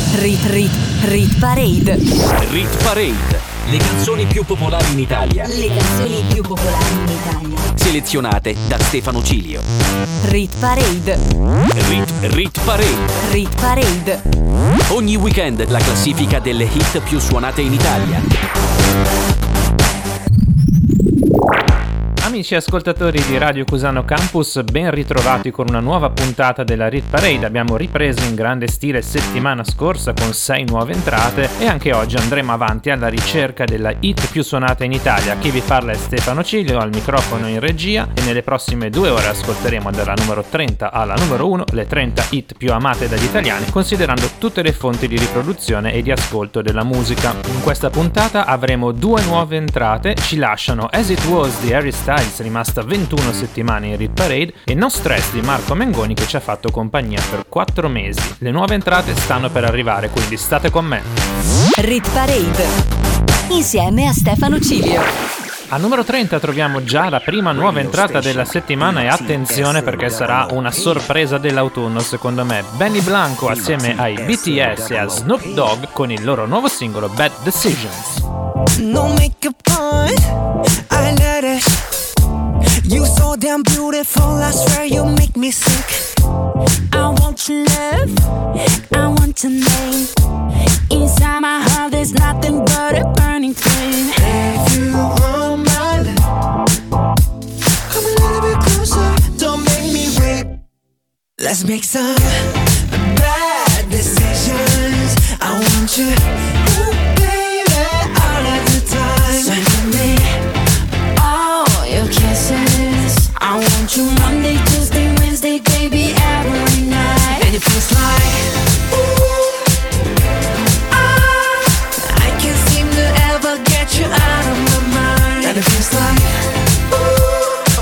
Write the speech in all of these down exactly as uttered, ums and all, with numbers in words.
Rit Rit Rit Parade. Rit Parade. Le canzoni più popolari in Italia. Le canzoni più popolari in Italia. Selezionate da Stefano Cilio. Rit Parade. Rit Rit Parade. Rit Parade. Ogni weekend la classifica delle hit più suonate in Italia. Amici ascoltatori di Radio Cusano Campus, ben ritrovati con una nuova puntata della Rit Parade. Abbiamo ripreso in grande stile settimana scorsa con sei nuove entrate e anche oggi andremo avanti alla ricerca della hit più suonata in Italia. Chi vi parla è Stefano Cilio, al microfono in regia, e nelle prossime due ore ascolteremo dalla numero trenta alla numero uno le trenta hit più amate dagli italiani, considerando tutte le fonti di riproduzione e di ascolto della musica. In questa puntata avremo due nuove entrate, ci lasciano As It Was di Harry Styles, rimasta ventuno settimane in Rit Parade, e No Stress di Marco Mengoni, che ci ha fatto compagnia per quattro mesi. Le nuove entrate stanno per arrivare, quindi state con me. Rit Parade insieme a Stefano Cilio. Al numero trenta troviamo già la prima nuova entrata della settimana, e attenzione perché sarà una sorpresa dell'autunno secondo me. Benny Blanco assieme ai B T S e a Snoop Dogg con il loro nuovo singolo Bad Decisions. No makeup on, I let it. You so damn beautiful, I swear you make me sick. I want your love, I want your name. Inside my heart there's nothing but a burning flame. If you want my love, come a little bit closer, don't make me wait. Let's make some bad decisions. I want you, ooh, baby, all of the time. So give me all your kisses. I want you Monday, Tuesday, Wednesday, baby, every night. And it feels like, ooh, ah, I can't seem to ever get you out of my mind. And it feels like, ooh,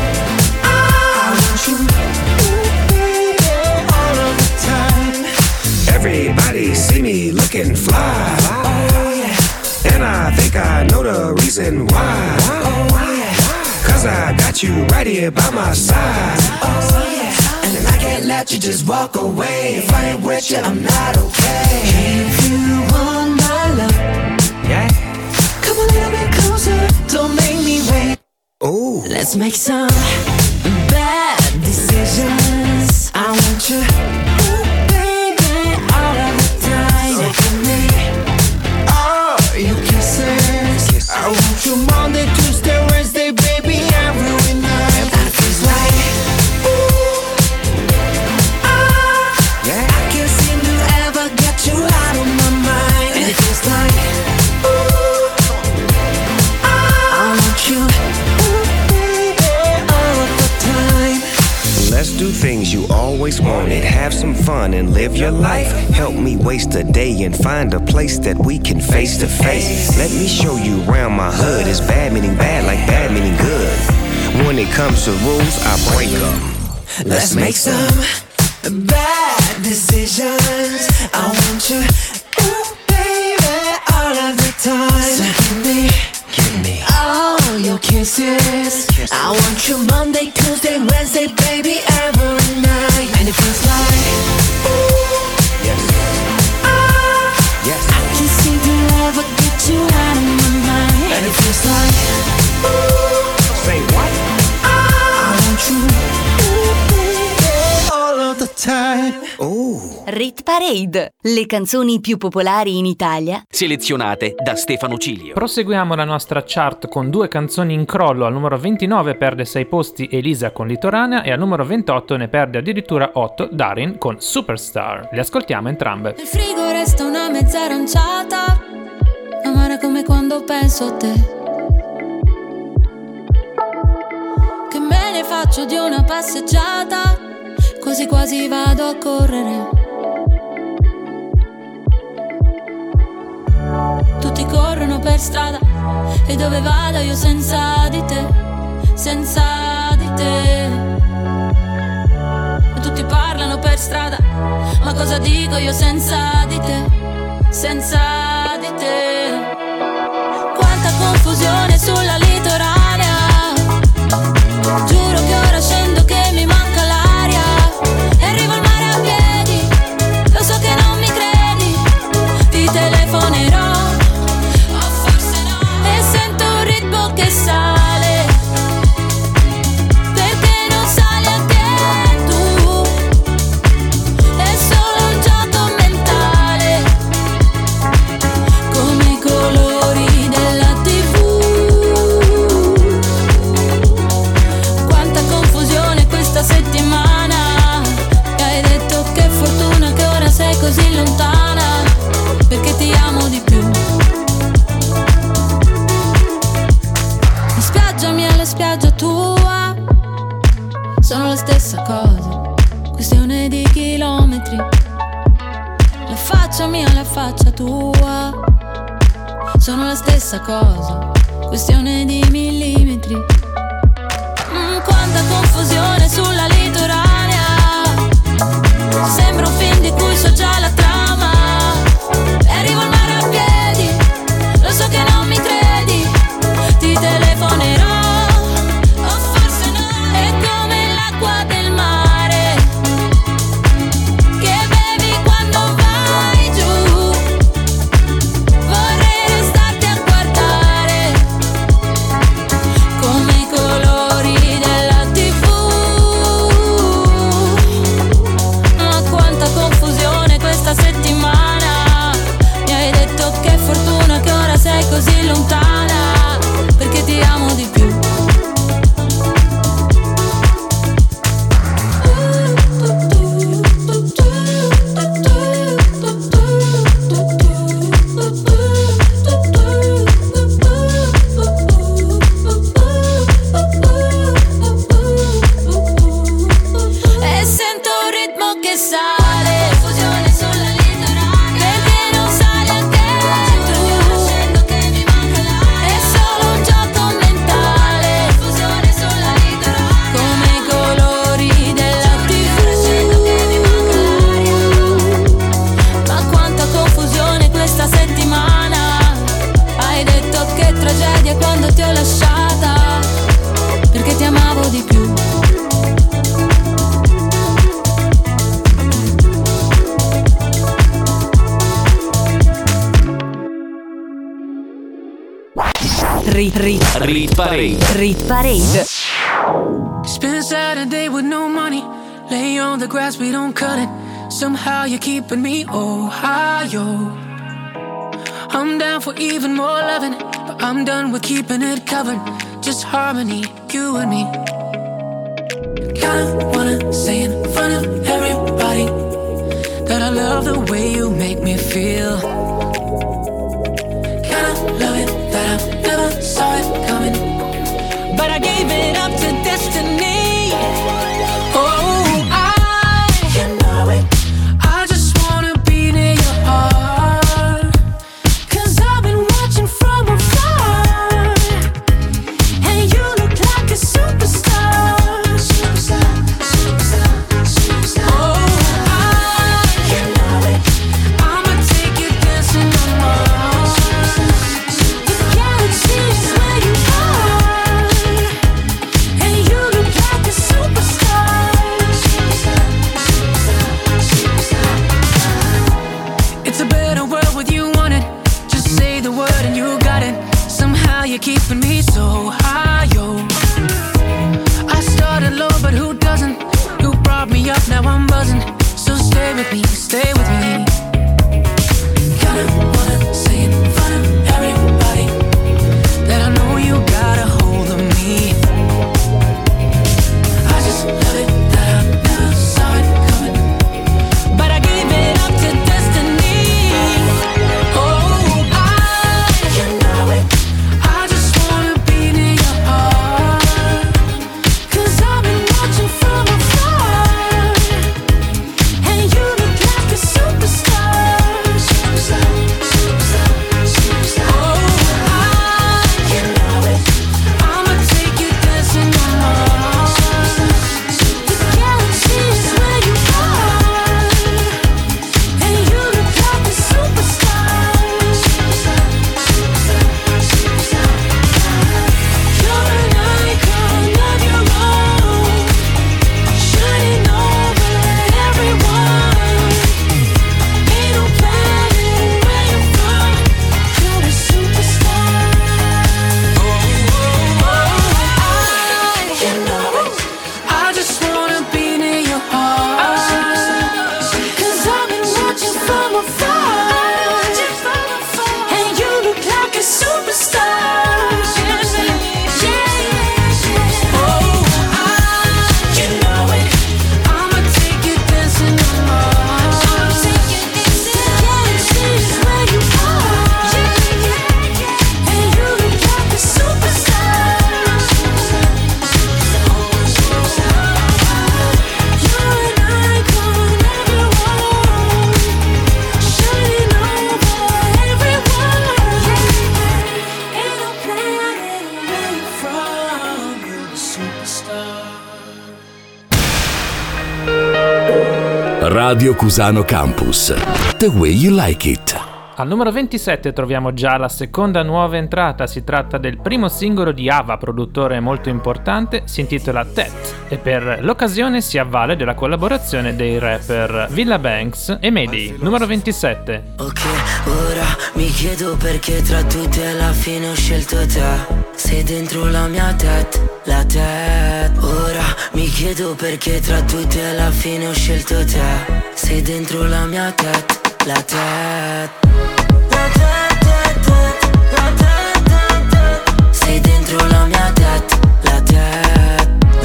ah, I want you, ooh, baby, all of the time. Everybody see me looking fly, Oh yeah, and I think I know the reason why. oh yeah, Cause I got you right here by my side. oh yeah. And I can't let you just walk away. If I ain't with you, I'm not okay. If you want my love, Yeah. come a little bit closer, don't make me wait. Ooh. Let's make some bad decisions. I want you, ooh, baby, all of the time. So give me all your kisses. I want you Monday, Tuesday, Wednesday, baby, every night. And it feels like, ooh, ah, Yeah. I can't seem to ever get you out of my mind. And it feels like, ooh, ah, I want you, ooh, baby, all of the time. Let's do things you always wanted. Have some fun and live your life. Help me waste a day and find a place that we can face to face. Let me show you around my hood. It's bad meaning bad like bad meaning good. When it comes to rules, I break them. Let's make some bad decisions. I want you, ooh, baby, all of the time. So give me, Give me. all your kisses. I want you Monday, Tuesday, Wednesday, baby, every night. And it feels like, ooh, Yes. ah, Yes. I can't seem to ever get you out of my mind. And it feels like, ooh, Say what? I want you, ooh, baby, all of the time. Ooh. Rit Parade, le canzoni più popolari in Italia. Selezionate da Stefano Cilio. Proseguiamo la nostra chart con due canzoni in crollo. Al numero ventinove perde sei posti Elisa con Litoranea, e al numero ventotto ne perde addirittura otto Darin con Superstar. Le ascoltiamo entrambe. Nel frigo resta una mezza aranciata, amara come quando penso a te. Che me ne faccio di una passeggiata, quasi quasi vado a correre. Tutti corrono per strada, e dove vado io senza di te, senza di te. E tutti parlano per strada, ma cosa dico io senza di te, senza di te. Quanta confusione sulla litoranea, giuro che ora scendo che mi manca l'aria, e arrivo al mare a piedi, lo so che non mi credi, così lontana, perché ti amo di più. La spiaggia mia e la spiaggia tua sono la stessa cosa, questione di chilometri. La faccia mia e la faccia tua sono la stessa cosa, questione di millimetri. Mm, quanta confusione sulla litoranea, sembra un film di cui so già la trama. E arrivo al mare a piedi, lo so che non mi credi, ti telefonerò, o forse no. È come l'acqua del mare che bevi quando vai giù. Vorrei restarti a guardare come i colori della tivù. Ma quanta confusione questa settimana, mi hai detto che fortuna che ora sei così lontana, perché ti amo di più. E sento un ritmo che sale, confusione sulla litoranea, perché non sali anche tu. È solo un gioco mentale, confusione sulla litoranea, come i colori della tivù. Ma quanta confusione questa settimana, hai detto che tragedia quando ti ho lasciata, perché ti amavo di più. Rit, rit, Rit Parade. rit parade. Spend Saturday with no money, lay on the grass, we don't cut it. Somehow you're keeping me Ohio. I'm down for even more loving, but I'm done with keeping it covered. Just harmony, you and me. Kinda wanna say in front of everybody that I love the way you make me feel. Kinda love it that I never saw it coming, but I gave it up to destiny. Oh, I, you know it, I just wanna be near your heart, 'cause I've been watching from afar, and you look like a superstar. Superstar, superstar, superstar. Oh, I, you know it, I'ma take you dancing on Mars. The galaxy is where you are, and you look Radio Cusano Campus. The way you like it. Al numero ventisette troviamo già la seconda nuova entrata, si tratta del primo singolo di Ava, produttore molto importante, si intitola Tet e per l'occasione si avvale della collaborazione dei rapper Villa Banks e Mayday. Numero ventisette. Ok, ora mi chiedo perché tra tutti alla fine ho scelto te. Sei dentro la mia tet, la tet. Ora mi chiedo perché tra tutti alla fine ho scelto te. Sei dentro la mia tet, la tet. Sei dentro la mia tet, la tet.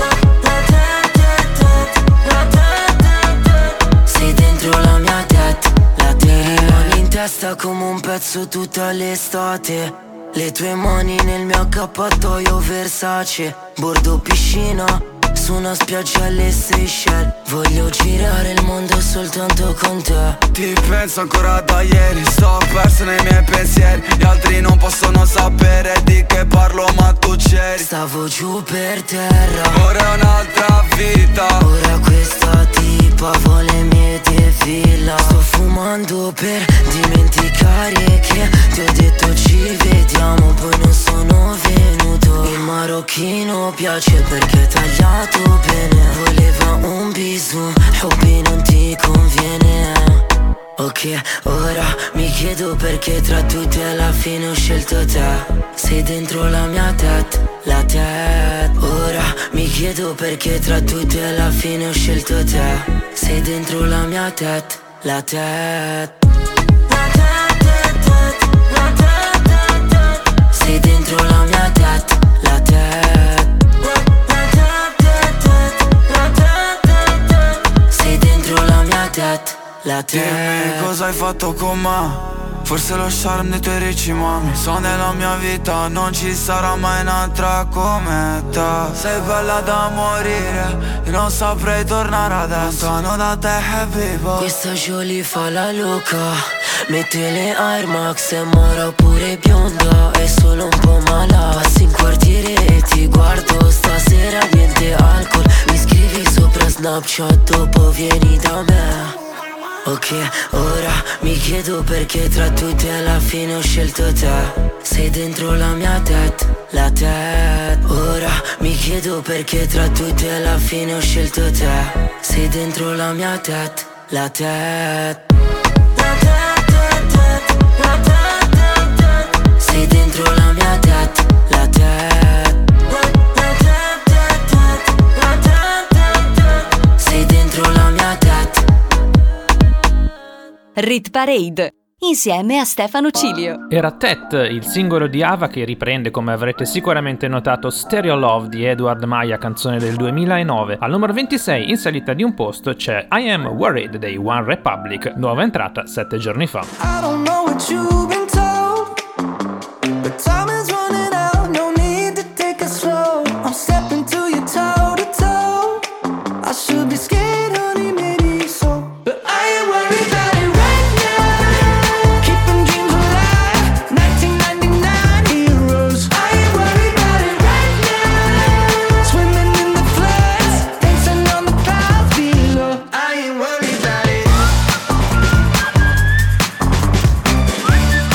Sei dentro la mia tet, la tet. Mi rimani in testa come un pezzo tutta l'estate. Le tue mani nel mio accappatoio Versace. Bordo piscina su una spiaggia alle Seychelles. Voglio girare il mondo soltanto con te. Ti penso ancora da ieri, sto perso nei miei pensieri. Gli altri non possono sapere di che parlo ma tu c'eri. Stavo giù per terra, ora è un'altra vita. Ora questa tipa vuole mie villa. Sto fumando per dimenticare che ti ho detto ci vediamo, poi non sono venuto. Il marocchino piace perché è tagliato bene. Voleva un bisou, hobby non ti conviene. Ok, ora mi chiedo perché tra tutti alla fine ho scelto te. Sei dentro la mia tet, la tet. Ora mi chiedo perché tra tutti alla fine ho scelto te. Sei dentro la mia tet, la tet. Sei dentro la mia tet, la tet. Sei dentro la mia tet, la tet. Dimmi cosa hai fatto con me. Forse lo charme dei tuoi ricci mami. So nella mia vita non ci sarà mai un'altra come te. Sei bella da morire, io non saprei tornare adesso. Lontano da te happy boy. Questa Jolie fa la loca, mette le Air Max e mora pure bionda. È solo un po' mala. Passi in quartiere e ti guardo. Stasera niente alcol. Mi scrivi sopra Snapchat, dopo vieni da me. Ok, ora mi chiedo perché tra tutti alla fine ho scelto te. Sei dentro la mia tet, la tet. Ora mi chiedo perché tra tutti alla fine ho scelto te. Sei dentro la mia tet, la tet. Sei dentro la mia tet, la tet. Sei dentro la mia tet. Rit Parade, insieme a Stefano Cilio. Era Tet, il singolo di Ava che riprende, come avrete sicuramente notato, Stereo Love di Edward Maya, canzone del duemilanove. Al numero ventisei, in salita di un posto, c'è I Am Worried dei One Republic, nuova entrata sette giorni fa. I don't know what you've been told, but time is running out, no need to take it slow. I'm stepping to you toe to toe. I should be scared, honey, maybe so, but I ain't worried about it right now. Keeping dreams alive, nineteen ninety-nine heroes. I ain't worried about it right now. Swimming in the floods, dancing on the clouds below. I ain't worried about it.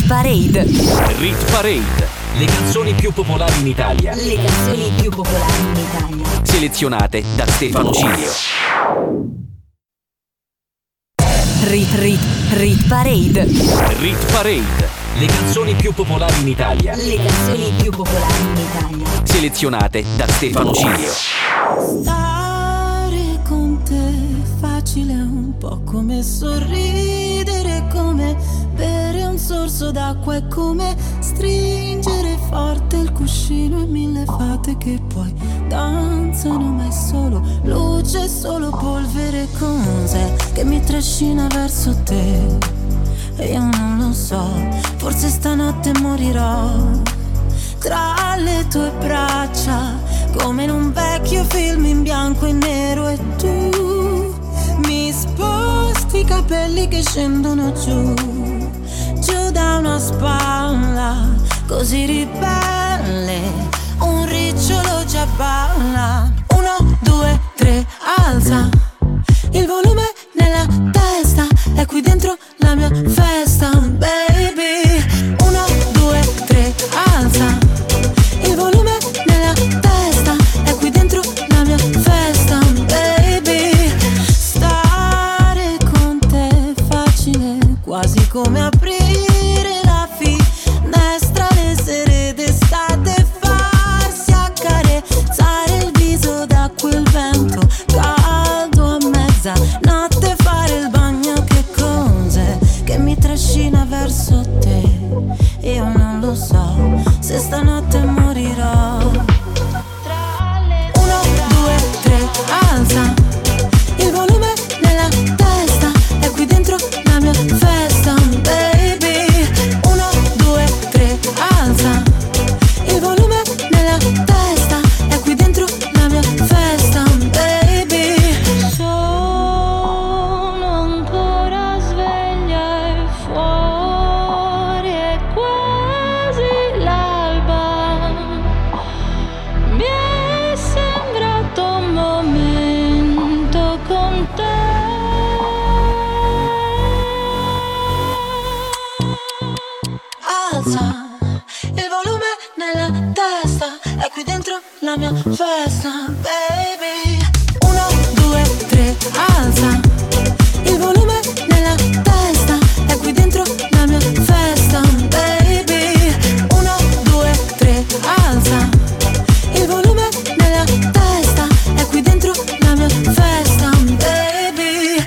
Parade. Rit Parade. Le canzoni più popolari in Italia. Le canzoni più popolari in Italia. Selezionate da Stefano Cilio. Rit Rit Rit Parade. Rit Parade. Le canzoni più popolari in Italia. Le canzoni più popolari in Italia. Selezionate da Stefano Cilio. Stare con te facile, un po' come sorridere, come bere un sorso d'acqua, è come stringere forte il cuscino e mille fate che poi danzano, ma è solo luce, solo polvere. Cos'è che mi trascina verso te? E io non lo so, forse stanotte morirò tra le tue braccia, come in un vecchio film in bianco e nero, e tu mi sposti i capelli che scendono giù, giù da una spalla, così ribelle, un ricciolo già balla. Uno, due, tre, alza il volume nella testa, è qui dentro la mia festa, baby. Uno, due, tre, alza il volume nella testa, è qui dentro la mia festa, baby. Stare con te è facile, quasi come aprire la finestra le sere d'estate, farsi accarezzare il viso da quel vento caldo a mezzanotte, fare il bagno. Che cos'è che mi trascina verso te? Io non lo so, se stanotte morirò. Uno, due, tre, alza il volume nella testa, è qui dentro la mia festa, baby. Uno, due, tre, alza il volume nella testa, è qui dentro la mia festa, baby. Sono ancora sveglia e fuori è quasi l'alba, mi è sembrato un momento con te. Alza il volume nella testa, è qui dentro la mia festa, baby. Uno, due, tre, alza il volume nella testa, è qui dentro la mia festa, baby. Uno, due, tre, alza il volume nella testa, è qui dentro la mia festa, baby.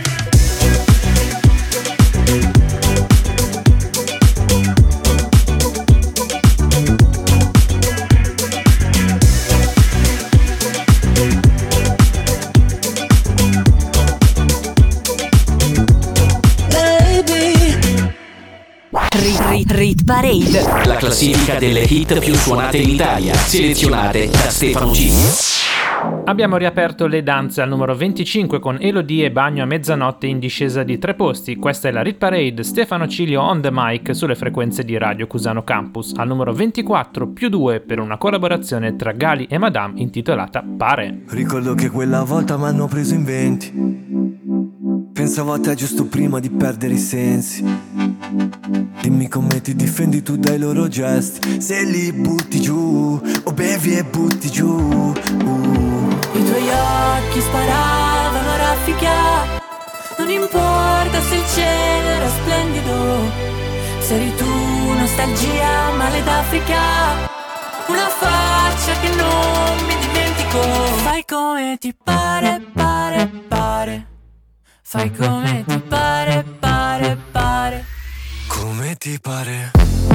Rit Rit Rit Parade. La classifica delle hit più suonate in Italia. Selezionate da Stefano Cilio. Abbiamo riaperto le danze al numero venticinque con Elodie e Bagno a mezzanotte in discesa di tre posti. Questa è la Rit Parade, Stefano Cilio on the mic sulle frequenze di Radio Cusano Campus. Al numero ventiquattro più due per una collaborazione tra Gali e Madame intitolata Pare. Ricordo che quella volta m'hanno preso in venti, pensavo a te giusto prima di perdere i sensi. Dimmi come ti difendi tu dai loro gesti, se li butti giù o bevi e butti giù. uh. I tuoi occhi sparavano a raffica, non importa se il cielo era splendido, se eri tu nostalgia, male d'Africa, una faccia che non mi dimentico. Fai come ti pare, pare, pare, fai come ti pare, pare, pare, come ti pare.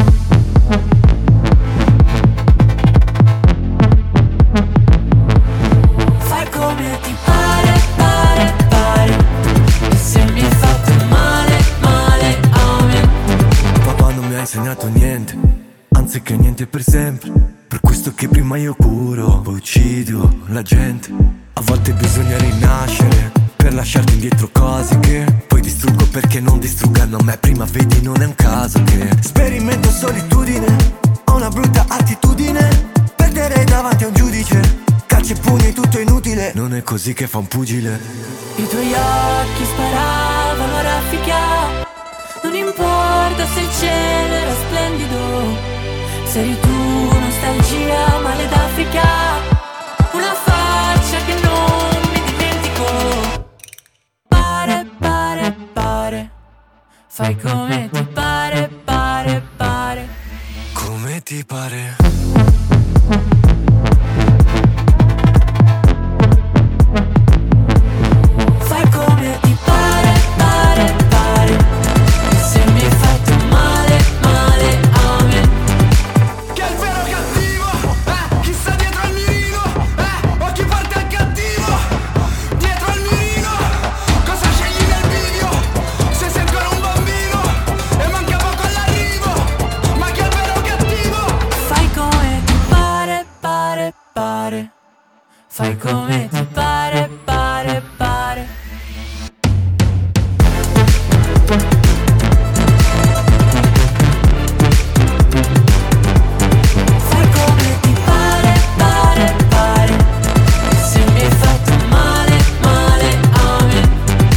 fai come ti pare, pare, pare, e se mi hai fatto male, male a me. Papà non mi ha insegnato niente, anzi che niente per sempre. Per questo che prima io curo, poi uccido la gente. A volte bisogna rinascere per lasciarti indietro cose che poi distruggo perché non distruggano me. Prima vedi non è un caso che sperimento solitudine, ho una brutta attitudine, perdere davanti a un giudice, calci e pugni tutto inutile, non è così che fa un pugile. I tuoi occhi sparavano a raffica, Non importa se il cielo era splendido, se eri tu, nostalgia, male d'Africa, una faccia che non mi dimentico. Pare, pare, pare, fai come ti pare, pare, pare. Come ti pare? Fai come ti pare, pare, pare. E se mi hai fatto male, male a me. Chi è il vero cattivo? Eh? Chi sta dietro al mirino? Eh? O chi parte al cattivo? Dietro al mirino? Cosa scegli nel video? Se sei ancora un bambino e manca poco all'arrivo. Ma chi è il vero cattivo? Fai come ti pare, pare, pare. Fai come ti pare, pare, pare. Fai come ti pare, pare, pare. E se mi hai fatto male, male a me.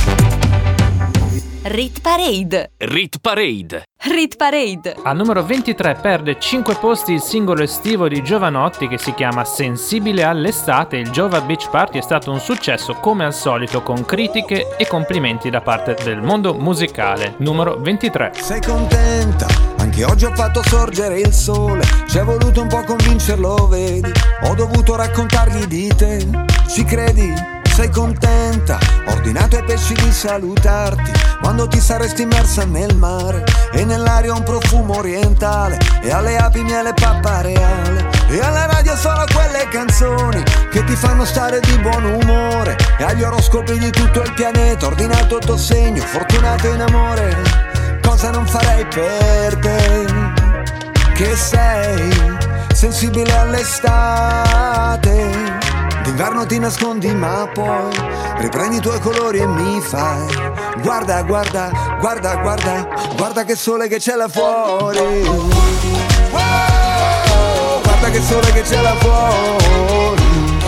Rit Parade. Rit Parade. Rit Parade. Al numero ventitré perde cinque posti il singolo estivo di Jovanotti che si chiama Sensibile all'estate. Il Jova Beach Party è stato un successo come al solito, con critiche e complimenti da parte del mondo musicale. Numero ventitré. Sei contenta? Anche oggi ho fatto sorgere il sole. Ci è voluto un po' convincerlo, vedi. Ho dovuto raccontargli di te. Ci credi? Sei contenta? Ho ordinato ai pesci di salutarti quando ti saresti immersa nel mare, e nell'aria un profumo orientale, e alle api miele pappa reale, e alla radio solo quelle canzoni che ti fanno stare di buon umore, e agli oroscopi di tutto il pianeta ho ordinato il tuo segno, fortunato in amore. Cosa non farei per te, che sei sensibile all'estate. D'inverno ti nascondi ma poi riprendi i tuoi colori e mi fai guarda, guarda, guarda, guarda, guarda che sole che c'è là fuori. Wow, guarda che sole che c'è là fuori.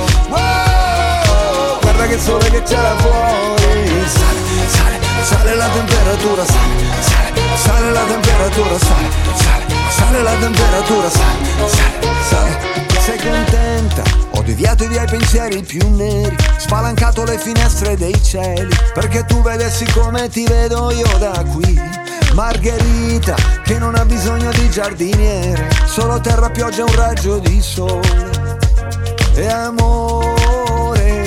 Wow, guarda che sole che c'è là fuori. Sale, sale, sale la temperatura, sale, sale, sale la temperatura, sale, sale, sale la temperatura, sale, sale, sale. Sei contenta? Ho deviato i miei pensieri più neri, spalancato le finestre dei cieli, perché tu vedessi come ti vedo io da qui. Margherita, che non ha bisogno di giardiniere, solo terra, pioggia, un raggio di sole e amore.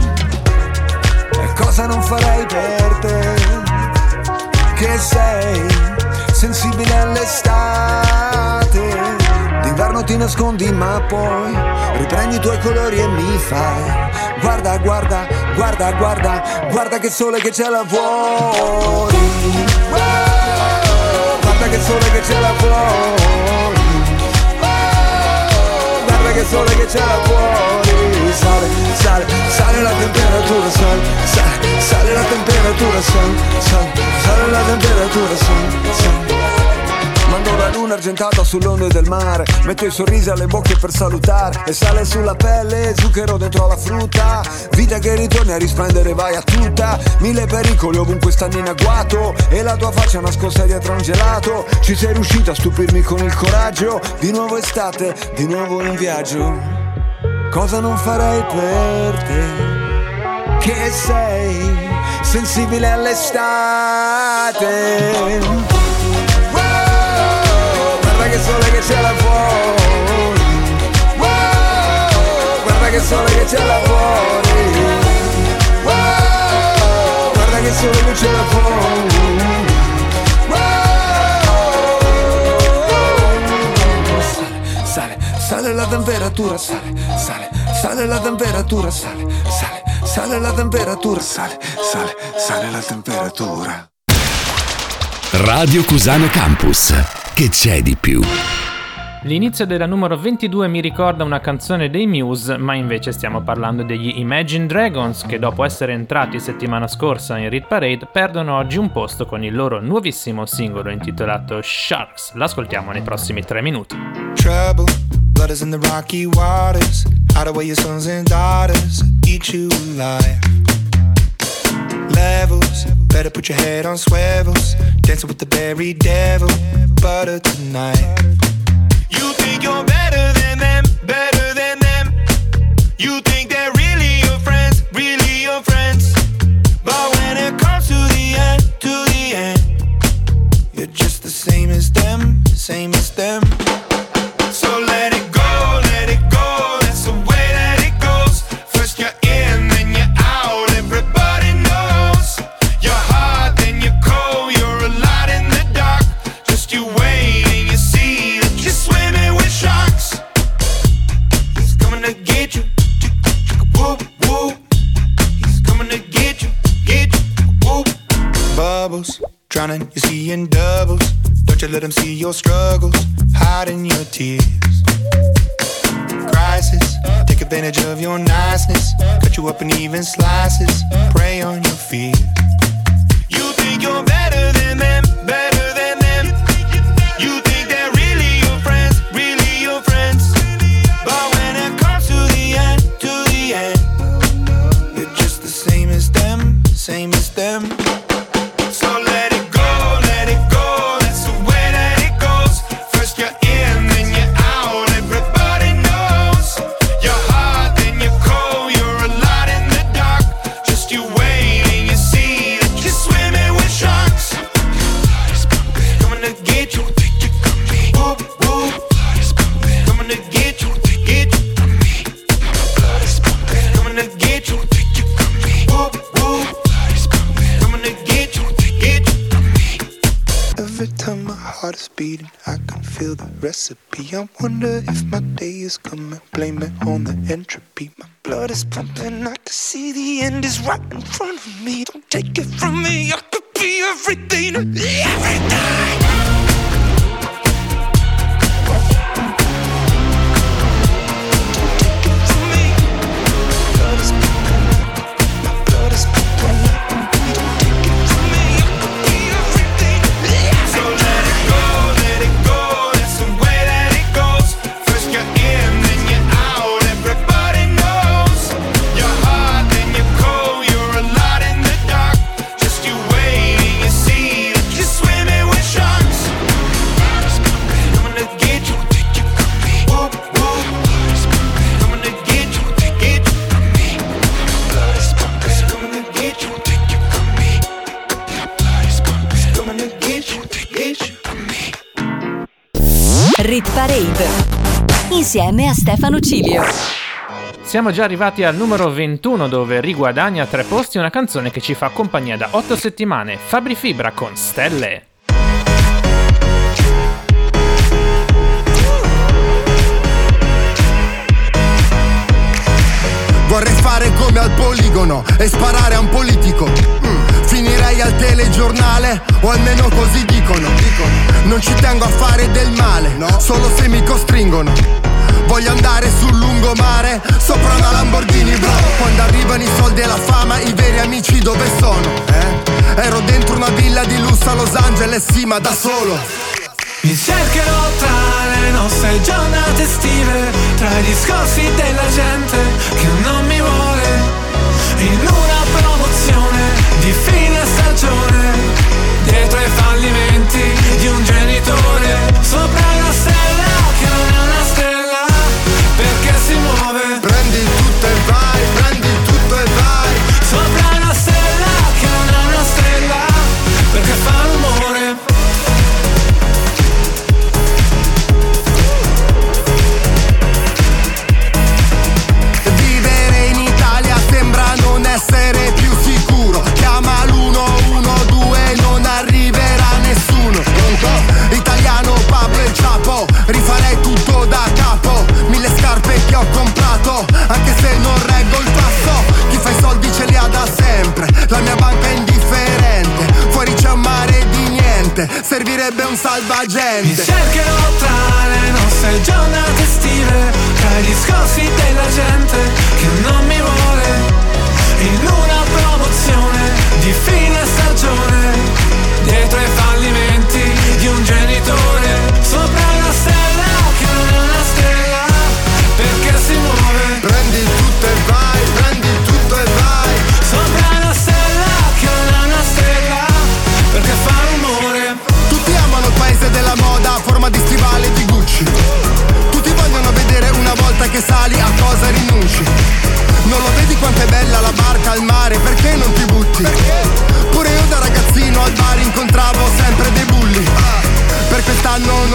E cosa non farei per te, che sei sensibile all'estate. D'inverno ti nascondi ma poi riprendi i tuoi colori e mi fai guarda, guarda, guarda, guarda, guarda che sole che c'è là fuori. Wow, guarda che sole che c'è là fuori. Wow, guarda che sole che c'è là fuori. Sale, sale, sale la temperatura, sale, sale, sale la temperatura, sale, sale, sale la temperatura, sale, sale. Mando la luna argentata sulle onde del mare, metto i sorrisi alle bocche per salutare, e sale sulla pelle zucchero dentro la frutta. Vita che ritorni a risplendere, vai a tutta. Mille pericoli ovunque stanno in agguato, e la tua faccia nascosta dietro un gelato. Ci sei riuscita a stupirmi con il coraggio. Di nuovo estate, di nuovo in viaggio. Cosa non farei per te, che sei sensibile all'estate. Guarda che sole che c'è là fuori. Wow, guarda che sole che c'è là fuori. Wow, guarda che sole che c'è là fuori. Wow, sale, sale, sale la temperatura, sale, sale, sale la temperatura, sale, sale, sale la temperatura, sale, sale, sale la temperatura. Radio Cusano Campus. Che c'è di più? L'inizio della numero ventidue mi ricorda una canzone dei Muse, ma invece stiamo parlando degli Imagine Dragons, che dopo essere entrati settimana scorsa in Rit Parade perdono oggi un posto con il loro nuovissimo singolo intitolato Sharks. L'ascoltiamo nei prossimi tre minuti. Trouble, blood is in the rocky waters. Hide away your sons and daughters, eat you alive. Levels, better better put your head on swivels. Dancing with the berry devil, butter tonight. You think you're better than them, better than them. You think they're really your friends, really your friends. But when it comes to the end, to the end, you're just the same as them, same as them. So let it go, let it go, that's the way that it goes. First you're in, then you're out, everybody knows. You're hot, then you're cold, you're a lot in the dark. Just you wait and you see that you're swimming with sharks. He's coming to get you, whoop, whoop. He's coming to get you, get you, whoop. Bubbles, drowning, you're seeing doubles. Don't you let them see your struggles, hiding your tears. Crisis, take advantage of your niceness. Cut you up in even slices, prey on your fears. You think you're better than them, better than them. You think they're really your friends, really your friends. But when it comes to the end, to the end, you're just the same as them, same as them. So let it go, let it go, that's the way that it goes. First you're in, then you're out, everybody knows. You're hot, then you're cold, you're a lot in the dark. Just you wait and you see that you're swimming with sharks. Coming to get you, whoop, whoop. Coming to get you, get you. Coming to get you, whoop, whoop. Coming to get you, get you. Every time my heart is beating, I can feel the recipe. I wonder if my day is coming, blame it on the entropy. My blood is pumping, I can see the end is right in front of me. Don't take it from me, I could be everything, everything. Rit Parade insieme a Stefano Cilio. Siamo già arrivati al numero ventuno, dove riguadagna tre posti una canzone che ci fa compagnia da otto settimane, Fabri Fibra con Stelle. Vorrei fare come al poligono e sparare a un politico. mm. Finirei al telegiornale, o almeno così dicono. Non ci tengo a fare del male, no, solo se mi costringono. Voglio andare sul lungomare, sopra una Lamborghini, bro. Quando arrivano i soldi e la fama, i veri amici dove sono? Eh? Ero dentro una villa di lusso a Los Angeles, sì, ma da solo. Mi cercherò tra le nostre giornate estive, tra i discorsi della gente che non mi vuole, in una promozione di fine stagione, dietro ai fallimenti di un genitore, sopra una stella che non è una stella, perché si muove. Prendi tutto e vai, prendi tutto e vai, sopra una stella che non è una stella, perché fa rumore. Essere più sicuro, chiama l'uno uno due, non arriverà nessuno. Italiano, Pablo e Chapo, rifarei tutto da capo. Mille scarpe che ho comprato, anche se non reggo il passo. Chi fa i soldi ce li ha da sempre, la mia banca è indifferente. Fuori c'è un mare di niente, servirebbe un salvagente. Mi cercherò tra le nostre giornate estive, tra i discorsi della gente che non mi vuole, in una promozione di fine stagione, dietro ai fallimenti di un genitore, sopra una stella che non è una stella, perché si muove. Prendi tutto e vai, prendi tutto e vai, sopra una stella che non è una stella,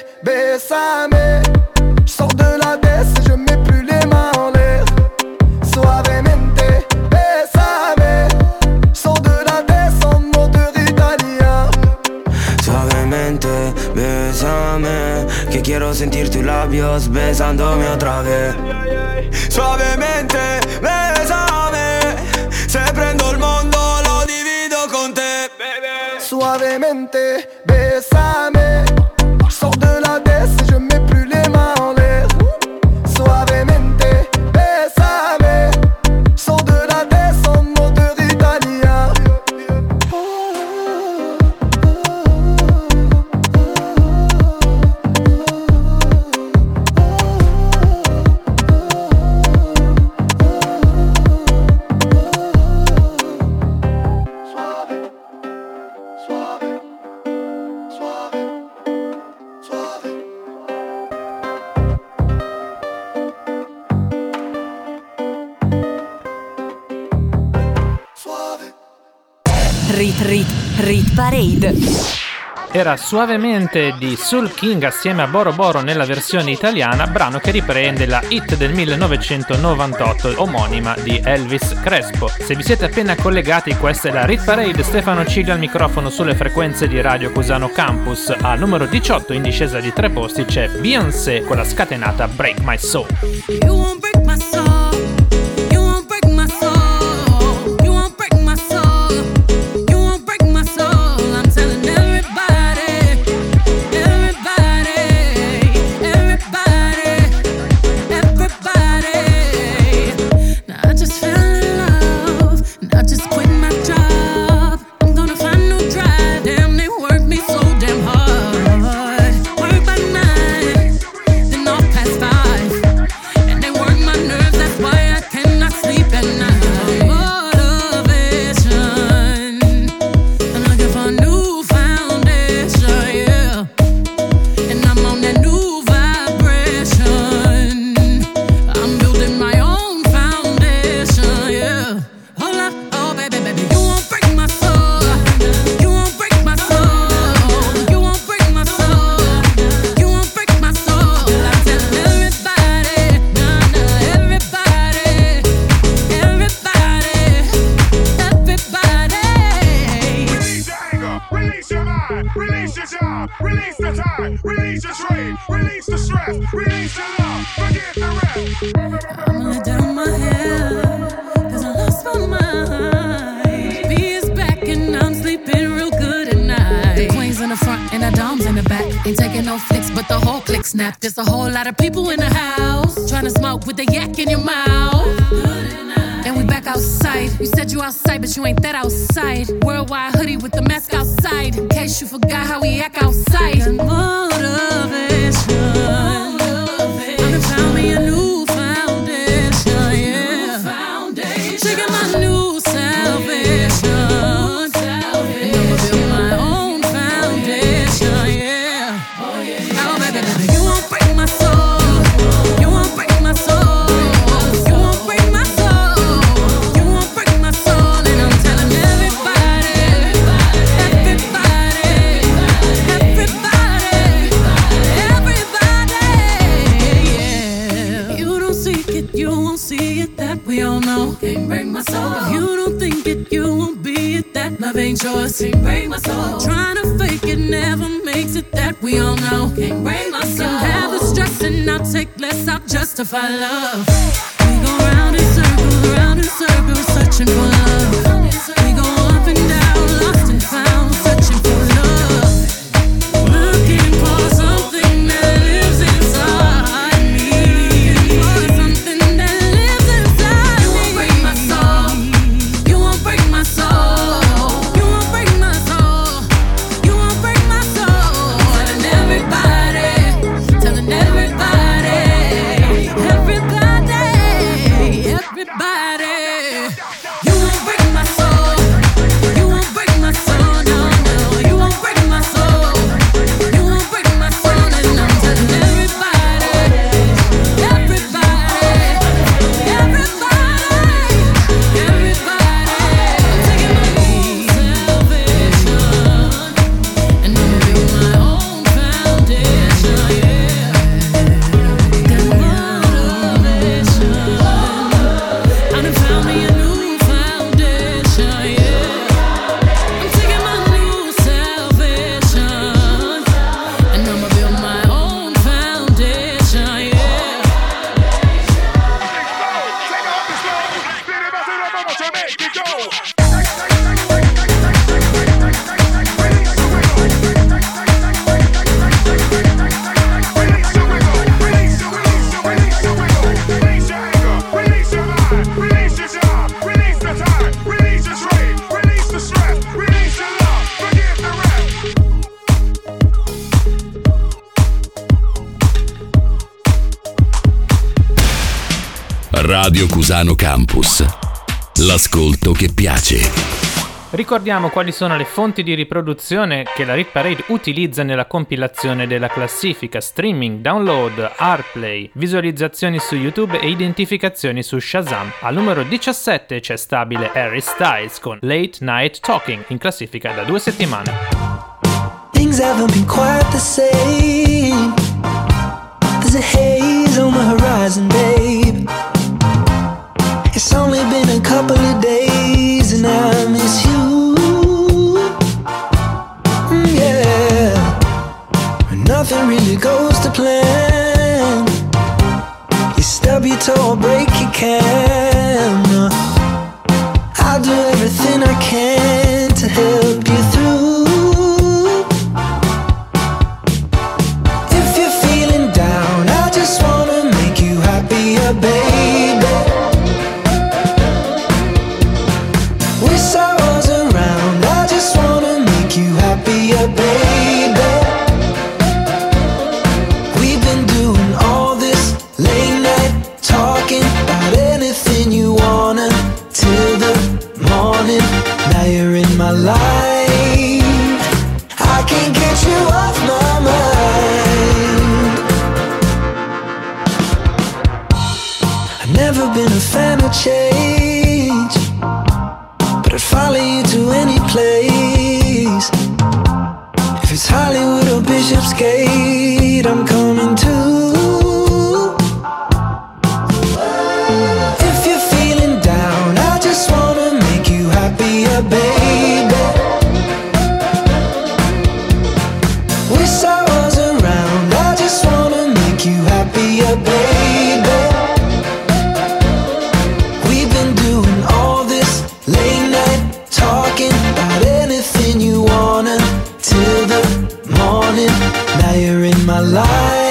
bésame. Je sors de la baisse et je mets plus les mains en l'air. Suavemente, bésame. Je sors de la baisse en moteur italien. Suavemente, bésame. Que quiero sentir tus labios besándome otra vez. Suavemente, bésame. Se prendo il mondo lo divido con te, baby. Suavemente, bésame. Je sors de la baisse et je mets plus les mains en l'air. Suavemente, bésame. Je sors de la baisse en moteur italien. Rit Rit Rit Parade. Era Suavemente di Soul King assieme a Boro Boro nella versione italiana, brano che riprende la hit del millenovecentonovantotto omonima di Elvis Crespo. Se vi siete appena collegati, questa è la Rit Parade. Stefano Ciglio al microfono sulle frequenze di Radio Cusano Campus. Al numero diciotto, in discesa di tre posti, c'è Beyoncé con la scatenata Break My Soul. You won't break my soul. You won't break my soul. You won't break my soul. You won't break my soul. I'm telling everybody, everybody, everybody, everybody. Now I just fell in love. And I just quit my job. I'm gonna find no drive. Damn, they work me so damn hard. Work by nine, then off past five. And they work my nerves, that's why I cannot sleep at night. Motivation, I'm looking for a new foundation, yeah. And I'm on that new vibration. I'm building my own foundation, yeah. Hold up, oh baby, baby, you won't break my soul. You won't break my soul. You won't break my soul. You won't break my soul. I'm telling everybody, nah, nah, everybody, everybody, everybody. Release your anger, release your mind, release your job, release the time, release your trade, release the stress, release the love, forget the rest. I'ma let down my hair, cause I lost my mind. B is back and I'm sleeping real good at night. The queen's in the front and the dom's in the back. Ain't taking no flicks, but the whole click snap. There's a whole lot of people in the house trying to smoke with the yak in your mouth. And we back outside. You said you outside, but you ain't that outside. Worldwide hoodie with the mask outside. In case you forgot how we act outside. Motivation. I'm gonna found me a new foundation, yeah. Shaking my new salvation. And I'ma build my own foundation, yeah. Oh baby, baby, you won't break my soul. You won't break my soul. You won't break my soul. You won't break my soul. And I'm telling everybody, everybody, everybody, everybody, yeah. You don't seek it, you won't see it, that we all know. Can't break my soul. If you don't think it, you won't be it, that love ain't yours. Can't break my soul. Trying to fake it never makes it, that we all know. Can't break my soul. Can have the stress and I'll take less, I'll justify love. We go round in circles, round in circles, searching for love. We go up and down, lost and found, searching for love. Looking for something that lives inside me. For something that lives inside me. You won't break my soul. You won't break my soul. You won't break my soul. You won't break my soul. Telling everybody, telling everybody, everybody, everybody. Radio Cusano Campus. L'ascolto che piace. Ricordiamo quali sono le fonti di riproduzione che la Rit Parade utilizza nella compilazione della classifica: streaming, download, Airplay, visualizzazioni su YouTube e identificazioni su Shazam. Al numero diciassette c'è stabile Harry Styles con Late Night Talking, in classifica da due settimane. Things haven't been quite the same. There's a haze on the horizon, babe. It's only been a couple of days and I miss you. Mm, yeah. Nothing really goes to plan. You stub your toe or break your can. I'll do everything I can to help you through. If you're feeling down, I just wanna make you happier, baby. Been a fan of change, but I'd follow you to any place. If it's Hollywood or Bishopsgate, I'm coming too. If you're feeling down, I just wanna make you happier, baby. Wish I was around, I just wanna make you happier, baby. Now you're in my life.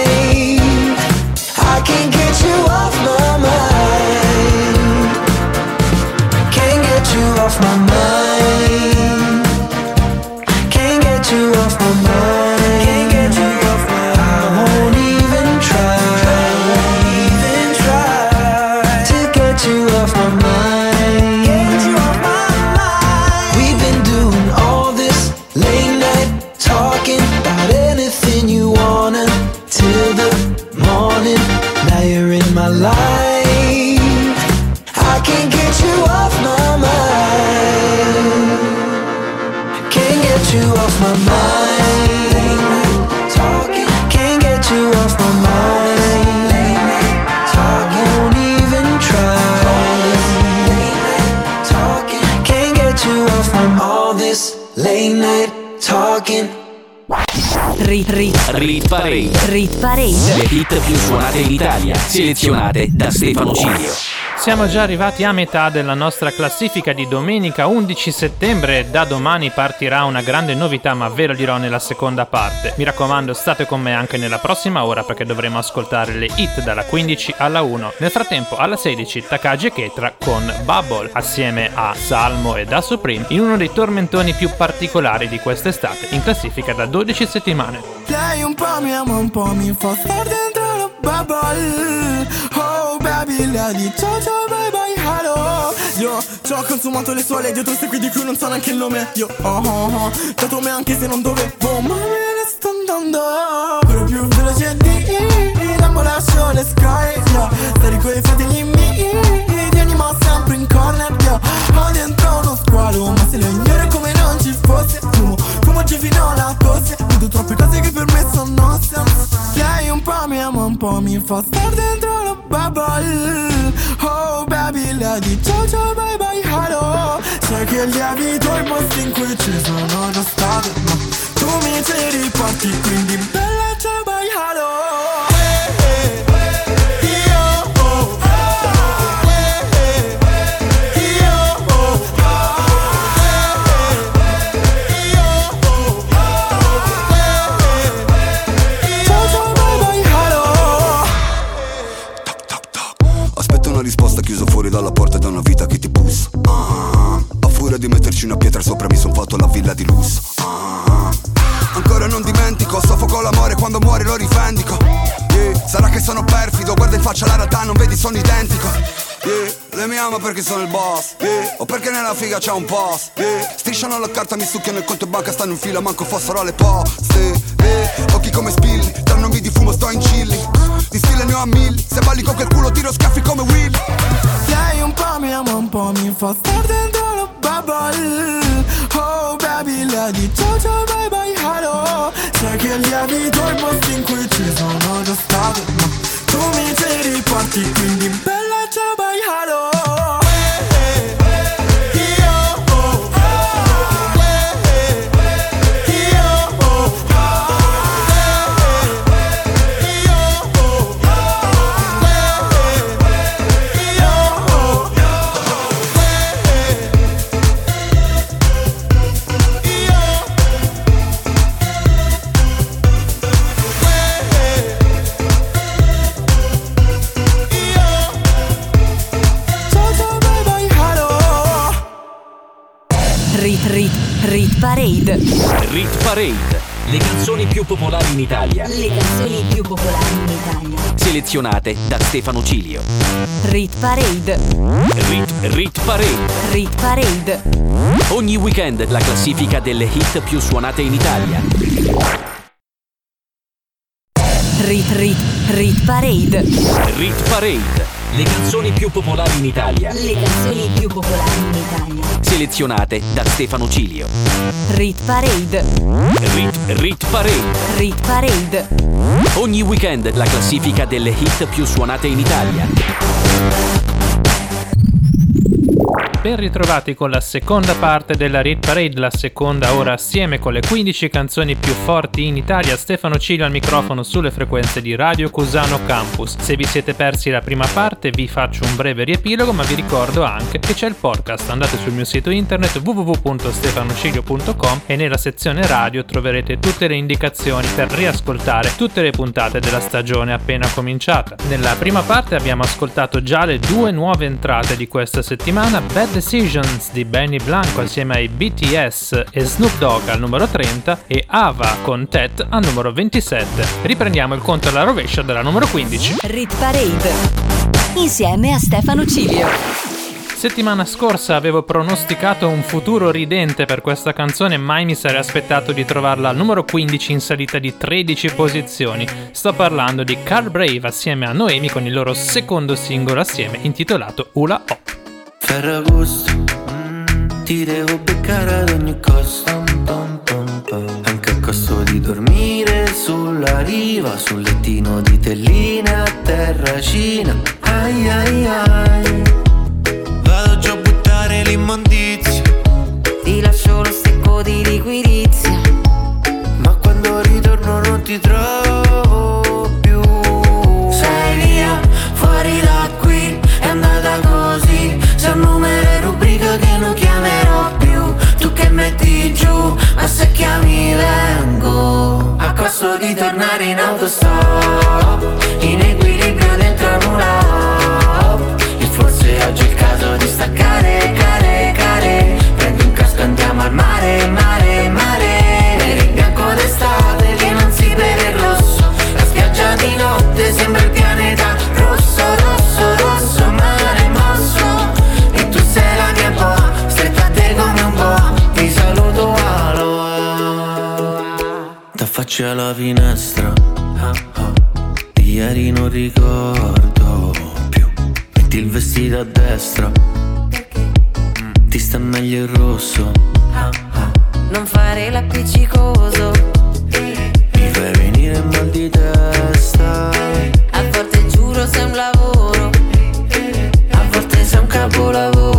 I can't get you off my mind. Can't get you off my mind. Can't get you off my mind. Can't get you off my mind. I won't even try. Even try to get you off my mind. Get you off my mind. We've been doing all this late night talking about anything you wanna till the morning. Now you're in my life. I can't get you off my mind. Can't get you off my mind. Talking, can't get you off my mind. Talking, won't even try. Talking, can't get you off my mind. All this late night talking. Rit, rit, rit Parade. Rit Parade. Le hit più suonate in Italia, selezionate da Stefano Cilio. Siamo già arrivati a metà della nostra classifica di domenica undici settembre. Da domani partirà una grande novità, ma ve lo dirò nella seconda parte. Mi raccomando, state con me anche nella prossima ora, perché dovremo ascoltare le hit dalla quindici alla uno. Nel frattempo, alla sedici, Takagi e Ketra con Bubble, assieme a Salmo e da Supreme, in uno dei tormentoni più particolari di quest'estate, in classifica da dodici settimane. Lei un po' mi ama, un po' mi fa star dentro la bubble. Oh baby, lei dice ciao ciao bye bye hello. Io ci ho consumato le sue dietro queste qui di cui non so neanche il nome. Io oh oh oh, dato me anche se non dovevo, ma me ne sto andando. Però più veloce di l'ambulazione le sky, yeah. Stari con i fratelli miei, ti animo sempre in corner, yeah. Ho dentro uno squalo, ma se le ignore come non ci fosse. Fumo, fumo oggi fino alla tosse. Vedo troppe cose che per me sono sense. Lei un po' mi ama, un po' mi fa star dentro la bubble. Oh baby, lei dice ciao ciao bye bye hello. Sai che lievito i posti in cui ci sono già stato, ma tu mi ci riporti, quindi bella ciao bye hello. Io oh, io oh, di metterci una pietra sopra, mi son fatto la villa di lusso. ah. Ancora non dimentico, soffoco l'amore, quando muore lo rivendico. yeah. Sarà che sono perfido, guarda in faccia la realtà, non vedi sono identico. yeah. Lei mi ama perché sono il boss, yeah. o perché nella figa c'è un post. yeah. Strisciano la carta, mi succhiano il conto in banca, stanno in fila, manco fossero alle poste. yeah. Occhi come spilli, tra non vi di fumo sto in chilli. Di stile ne ho a mille, se balli con quel culo tiro schiaffi come Will. Lei un po' mi ama, un po' mi fa star dentro la bubble. Oh baby, lei di ciao ciao bye bye hello. Sai che lievito i posti in cui ci sono già stato, ma tu mi ci riporti, quindi bella ciao bye hello. Rit Rit Rit Parade. Rit Parade. Le canzoni più popolari in Italia. Le canzoni più popolari in Italia. Selezionate da Stefano Cilio. Rit Parade. Rit Rit Parade. Rit Parade. Ogni weekend la classifica delle hit più suonate in Italia. Rit Rit Rit Parade. Rit Parade. Le canzoni più popolari in Italia. Le canzoni più popolari in Italia. Selezionate da Stefano Cilio. Rit Parade. Rit Rit Parade. Rit Parade. Ogni weekend la classifica delle hit più suonate in Italia. Ben ritrovati con la seconda parte della Rit Parade, la seconda ora assieme con le quindici canzoni più forti in Italia. Stefano Cilio al microfono sulle frequenze di Radio Cusano Campus. Se vi siete persi la prima parte vi faccio un breve riepilogo, ma vi ricordo anche che c'è il podcast. Andate sul mio sito internet w w w punto stefanocilio punto com e nella sezione radio troverete tutte le indicazioni per riascoltare tutte le puntate della stagione appena cominciata. Nella prima parte abbiamo ascoltato già le due nuove entrate di questa settimana: Bad Decisions di Benny Blanco assieme ai B T S e Snoop Dogg al numero trenta e Ava con Tet al numero ventisette. Riprendiamo il conto alla rovescia della numero quindici. Rit Parade insieme a Stefano Cilio. Settimana scorsa avevo pronosticato un futuro ridente per questa canzone, mai mi sarei aspettato di trovarla al numero quindici in salita di tredici posizioni. Sto parlando di Carl Brave assieme a Noemi con il loro secondo singolo assieme intitolato Hula Hop. Ferragosto, mm, ti devo beccare ad ogni costo, pom, pom, pom. Anche a costo di dormire sulla riva, sul lettino di telline a terracina. Ai ai ai, vado già a buttare l'immondizia, ti lascio lo stecco di liquidizia, ma quando ritorno non ti trovo più. Sei via, fuori da qui, è andata così. C'è un numero e rubrica che non chiamerò più. Tu che metti giù, ma se chiami vengo. A costo di tornare in autostop, in equilibrio dentro a nulla. E forse oggi è il caso di staccare, care, care. Prendi un casco e andiamo al mare, mare, mare. Per il bianco d'estate che non si beve il rosso. La spiaggia di notte sembra il pianeta rosso, rosso, rosso, mare mosso. Sei la mia boa, stretta a te come un boa. Ti saluto aloha. T'affacci alla finestra, ah, ah. Di ieri non ricordo più. Metti il vestito a destra, mm. Ti sta meglio il rosso, ah, ah. Non fare l'appiccicoso, mi fai venire mal di testa. A volte giuro sei un lavoro, a volte sei un capolavoro.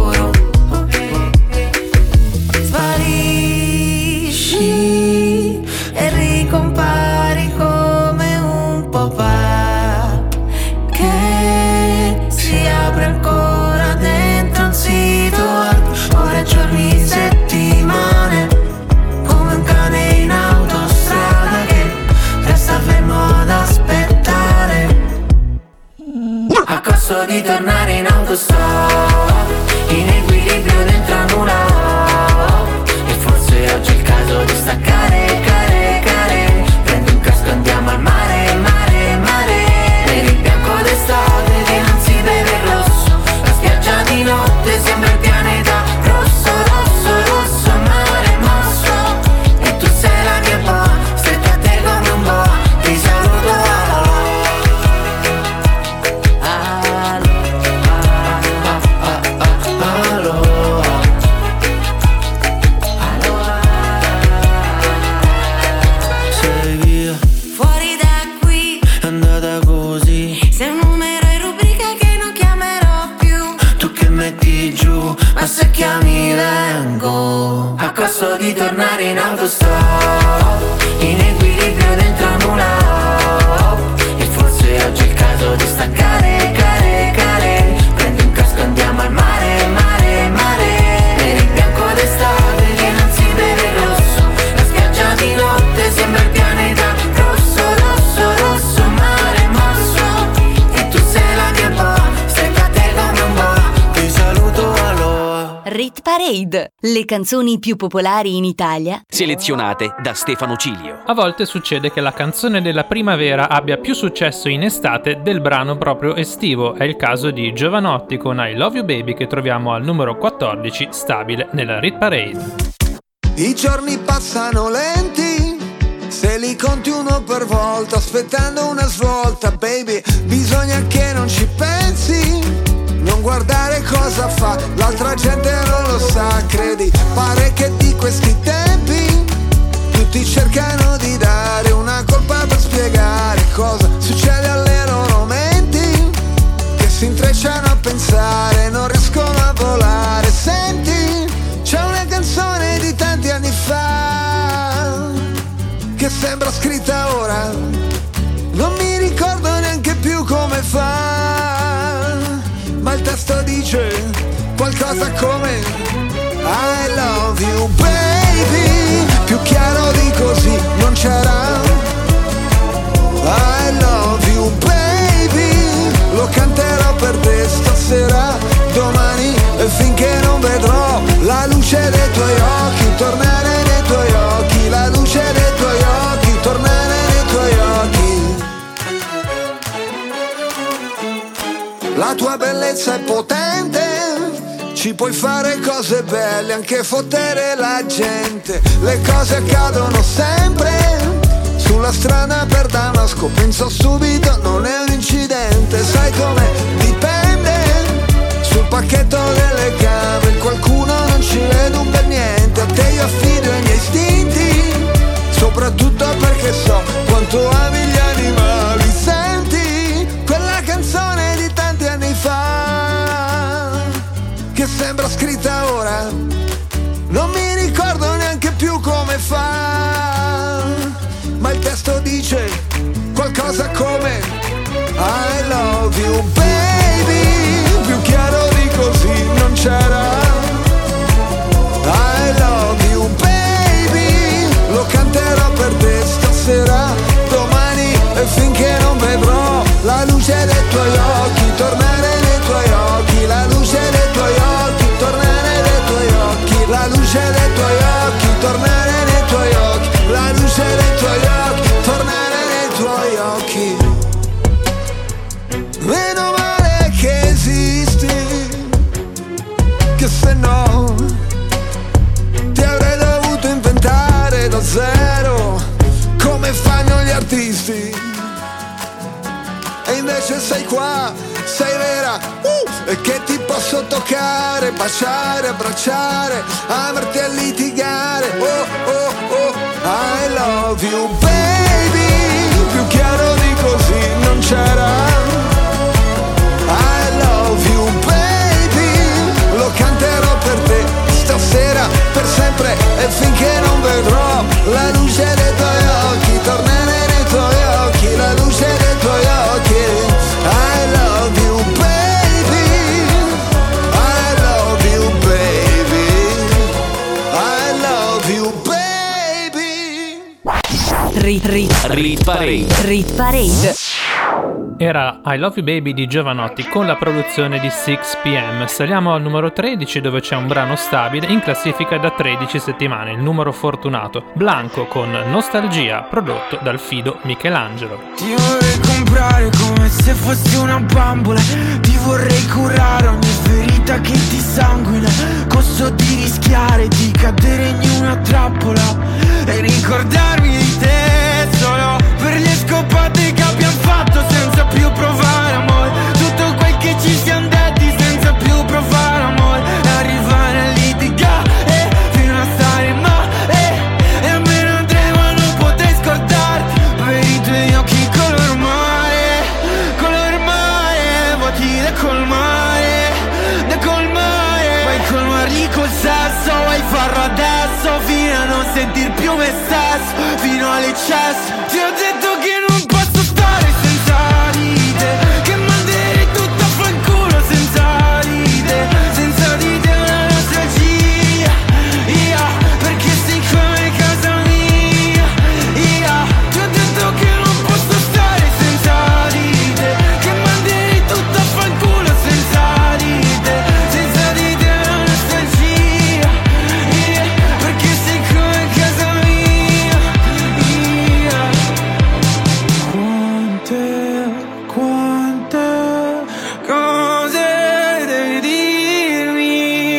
Sparisci e ricompari come un papà che si apre ancora dentro un sito web. Ore, giorni, settimane, come un cane in autostrada che resta fermo ad aspettare. A costo di tornare in autostop, in equilibrio dentro a nulla. ma se chiami vengo. A costo di tornare in autostop, in equilibrio dentro a nulla. E forse oggi è il caso di staccare, care, care. Prendi un casco, andiamo al mare, mare, mare. Per il bianco d'estate che non si vede rosso, la spiaggia di notte sembra il pianeta rosso, rosso, rosso, mare mosso. E tu sei la mia boa, streccate come un boa. Ti saluto, aloha. Rit Parade, le canzoni più popolari in Italia, selezionate da Stefano Cilio. A volte succede che la canzone della primavera abbia più successo in estate del brano proprio estivo. È il caso di Jovanotti con I Love You Baby, che troviamo al numero quattordici, stabile nella Rit Parade. I giorni passano lenti, se li conti uno per volta, aspettando una svolta, baby, bisogna che non ci pensi. Non guardare cosa fa, l'altra gente non lo sa, credi, pare che di questi tempi tutti cercano di dare una colpa per spiegare cosa succede alle loro menti, che si intrecciano a pensare, non riescono a volare. Senti, c'è una canzone di tanti anni fa che sembra scritta ora, non mi ricordo neanche più come fa, ma il testo dice qualcosa come I love you baby, più chiaro di così non c'era. I love you baby, lo canterò per te stasera, domani e finché non vedrò la luce dei tuoi occhi, tornare nei tuoi occhi, la luce dei tuoi occhi, tornare nei tuoi occhi. La tua bellezza è potente, ci puoi fare cose belle, anche fottere la gente. Le cose accadono sempre, sulla strada per Damasco, penso subito non è un incidente. Sai come dipende, sul pacchetto delle camere, qualcuno non ci vede un bel niente. A te io affido i miei istinti, soprattutto perché so quanto ami gli animali. Senti, quella canzone di tanti anni fa che sembra scritta ora, non mi ricordo neanche più come fa, ma il testo dice qualcosa come I love you baby, più chiaro di così non c'era. I love you baby, lo canterò per te stasera, domani e finché non vedrò la luce dei tuoi occhi, tornare nei tuoi occhi, la luce dei tuoi occhi, tornare nei tuoi occhi, la luce dei tuoi occhi, tornare nei tuoi occhi, la luce dei tuoi occhi, tornare nei tuoi occhi. Meno male che esisti, che se no ti avrei dovuto inventare da zero, come fanno gli artisti. E invece sei qua, sei vera, uh, e che ti posso toccare, baciare, abbracciare, amarti e litigare. Oh, oh, oh, I love you baby, più chiaro di così non c'era. I love you baby, lo canterò per te stasera, per sempre e finché non vedrò la luce dei tuoi occhi, tornare nei tuoi occhi, la luce dei tuoi occhi. I love you baby, I love you baby, I love you baby. Rit Rit Rit Parade. Rit Parade. Era I Love You Baby di Jovanotti con la produzione di sei p m. Saliamo al numero tredici, dove c'è un brano stabile in classifica da tredici settimane, il numero fortunato, Blanco con Nostalgia, prodotto dal fido Michelangelo. Ti vorrei comprare come se fossi una bambola, ti vorrei curare ogni ferita che ti sanguina, costo di rischiare di cadere in una trappola e ricordarmi di te solo per le scopate che abbiamo fatto senza più provare amore, tutto quel che ci siamo detti senza più provare amore, e arrivare a litigare fino a stare male, e a me non trema, non potrei scordarti per i tuoi occhi color mare, color mare, vuoti da colmare, da colmare, vai colmare. chest. Ti ho detto che non posso stare senza di te, che manderei tutto a fanculo senza di te. Senza di te è una nostalgia, yeah, perché sei come casa mia, yeah. Ti ho detto che non posso stare senza di te, che manderei tutto a fanculo senza di te. Senza di te è una nostalgia, yeah, perché sei come casa mia, yeah. Quante, quante cose devi dirmi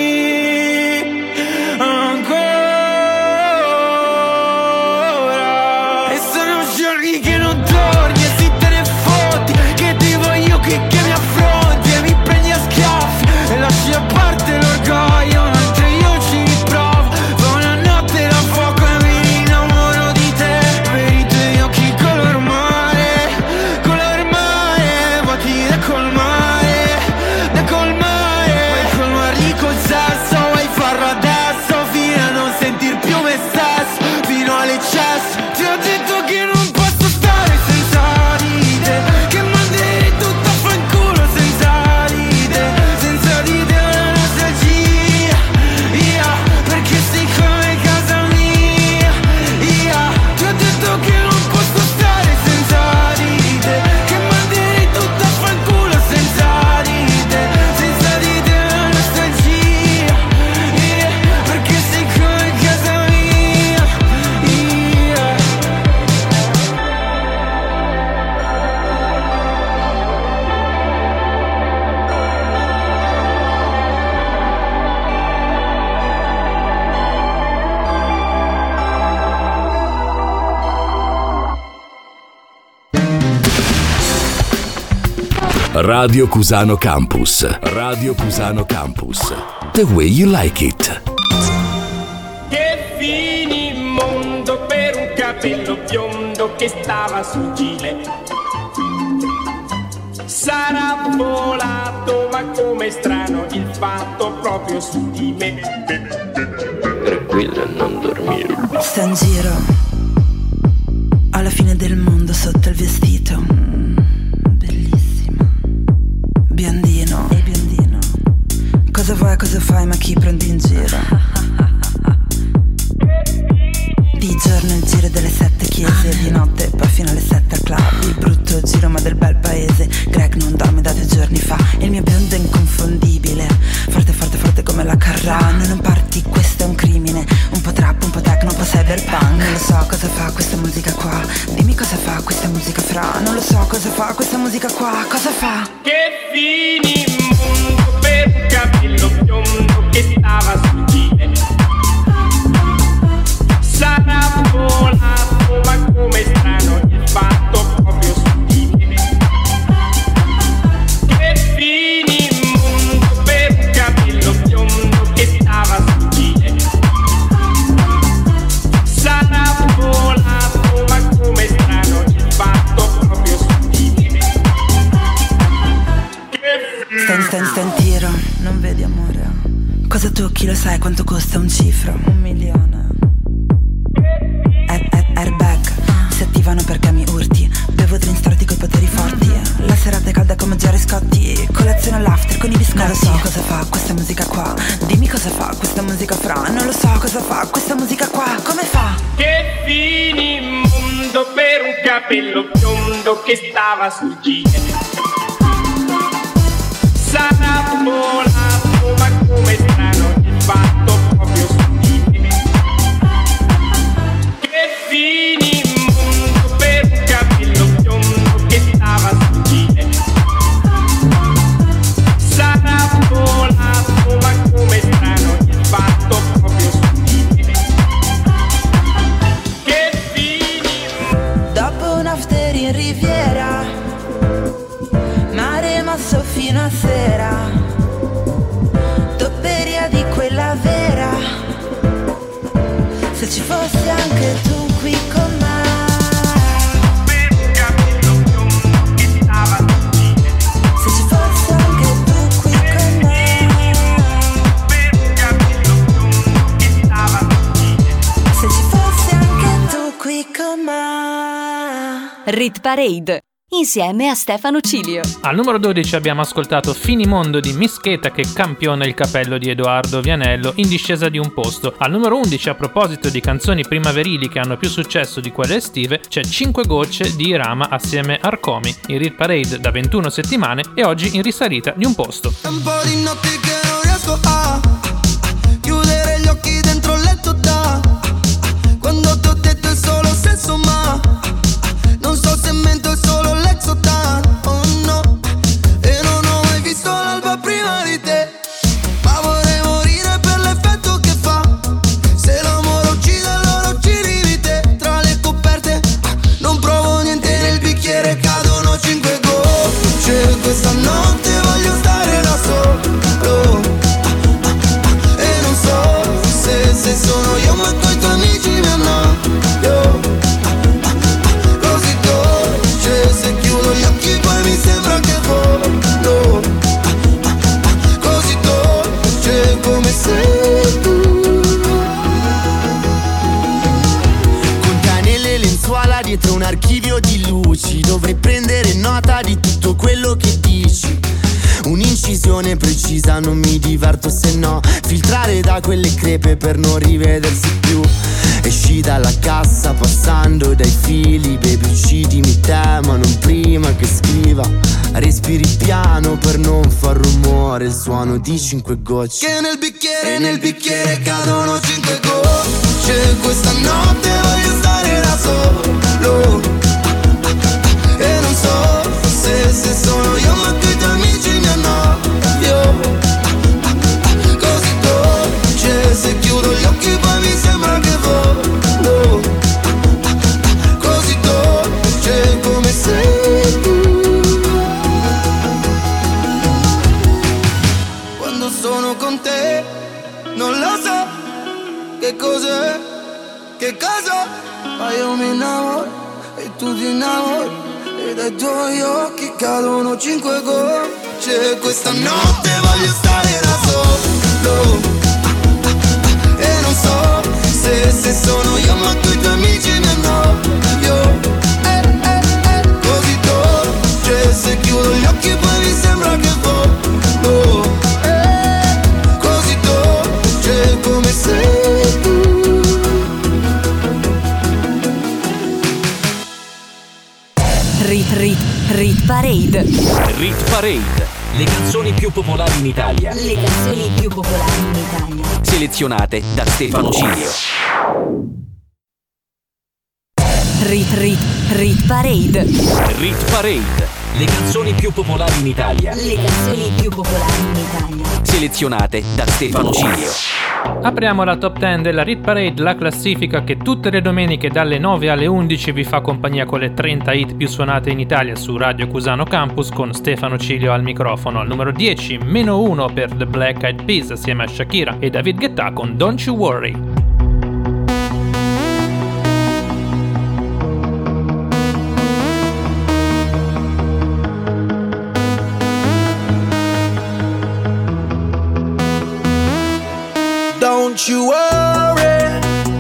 ancora? E sono giorni che non torni e si te ne fotti, che ti voglio qui che mi affronti e mi prendi a schiaffi e lasci a parte l'orgoglio mentre io ci provo. Buonanotte da fuoco e mi innamoro di te, per i tuoi occhi color mare, color mare, vuoti da colmare, da colmare. Vuoi colmarli col sesso, vuoi farlo adesso, fino a non sentir più me stesso, fino all'eccesso. Ti ho detto che non posso stare senza di te, che manderei tutto a fanculo senza di te. Senza di te è una nostalgia, yeah, perché sei come casa mia, yeah. Ti ho detto che non posso stare senza di te, che manderei tutto a fanculo senza di te. Senza di te è una nostalgia, yeah, perché sei come casa mia, yeah. Radio Cusano Campus. Radio Cusano Campus. The way you like it. Che finimondo per un capello biondo che stava sul gilet. Sarà volato, ma come strano il fatto proprio su di me. Tranquilla, non dormire. Sta in giro alla fine del mondo sotto il vestito, mm, bellissima, biondino e biondino. Cosa vuoi, cosa fai, ma chi prendi in giro? Di giorno il giro delle sette chiese, di notte poi fino alle sette al club. Il brutto giro ma del bel paese. Greg non dorme da due giorni fa. Il mio biondo è inconfondibile, forte forte forte come la Carrà. Noi non parti, questo è un crimine. Un po' trap, un po' techno, un po' cyberpunk. Non lo so cosa fa questa musica qua, dimmi cosa fa questa musica fra. Non lo so cosa fa questa musica qua, cosa fa? Che finimondo per un capello biondo che stava sul gilet. Sarà volato, ma come strano il fatto proprio su di me. Che finimondo per un capello biondo che stava sul gilet. Sarà volato, ma come strano il fatto proprio su di me. Stai, stai, stai in tiro, non vedi amore? Cosa tocchi lo sai quanto costa un cifro? Un milione. Air, air, airbag, si attivano perché mi urti. Bevo drink storti coi poteri forti. La serata è calda come Gerry Scotti. Colazione all'after con i biscotti. Non lo so cosa fa questa musica qua, dimmi cosa fa questa musica fra. Non lo so cosa fa questa musica qua, come fa? Che finimondo per un capello biondo che stava sul gilet. Sarà volato, ma come strano il fatto proprio su di me. Che finimondo per un capello biondo che stava sul gilet. Sarà volato, ma come strano il fatto proprio su di me. Che finimondo. Dopo un after in riviera, mare mosso fino a sera. Rit Parade, insieme a Stefano Cilio. Al numero dodici abbiamo ascoltato Finimondo di Mischeta che campiona il cappello di Edoardo Vianello in discesa di un posto. Al numero undici, a proposito di canzoni primaverili che hanno più successo di quelle estive, c'è Cinque gocce di Irama assieme a Arcomi, in Rit Parade da ventuno settimane e oggi in risalita di un posto. Un po' di notti che non riesco a chiudere gli occhi dentro il letto da quando ti ho detto il solo senso, ma non so se mento, il solo l'exotan, oh no. E non ho mai visto l'alba prima di te, ma vorrei morire per l'effetto che fa. Se l'amore uccide allora uccidi di te. Tra le coperte non provo niente, nel bicchiere cadono cinque gocce. Questa notte voglio stare da solo, e non so se, se sono io ma coi tuoi amici mi annoio. Così dolce, se chiudo gli occhi poi mi sembra che volo. Così dolce come sei tu. Conta nelle lenzuola dietro un archivio di luci. Dovrei prendere nota di tutto quello che dici. Un'incisione precisa, non mi diverto se no. Filtrare da quelle crepe per non rivedersi più. Esci dalla cassa passando dai fili. Baby uccidimi te ma non prima che scriva. Respiri piano per non far rumore. Il suono di cinque gocce che nel bicchiere, nel bicchiere cadono cinque gocce. Questa notte voglio stare da solo, e non so se, se sono io ma tu i tuoi amici mi annoio. Così dolce, se chiudo gli occhi poi mi sembra che volo. Così dolce come sei tu. Quando sono con te non lo so che cos'è, che cosa, ma io mi innamoro e tu ti innamori. E dai tuoi occhi cadono cinque gocce. Questa notte voglio stare da solo, e non so se, se sono io ma tu i tuoi amici mi annoio. Eh, eh, eh. Così dolce, se chiudo gli occhi poi mi sembra che volo. Eh, così dolce come sei tu. Rit Rit Rit Parade. Rit Parade, le canzoni più popolari in Italia. Le canzoni più popolari in Italia. Selezionate da Stefano Cilio. Rit Rit Rit Parade. Rit Parade, le canzoni più popolari in Italia. Le canzoni più popolari in Italia. Selezionate da Stefano Cilio. Apriamo la top dieci della Rit Parade, la classifica che tutte le domeniche dalle nove alle undici vi fa compagnia con le trenta hit più suonate in Italia su Radio Cusano Campus, con Stefano Cilio al microfono. Al numero dieci, meno uno per The Black Eyed Peas assieme a Shakira e David Guetta con Don't You Worry. Don't you worry,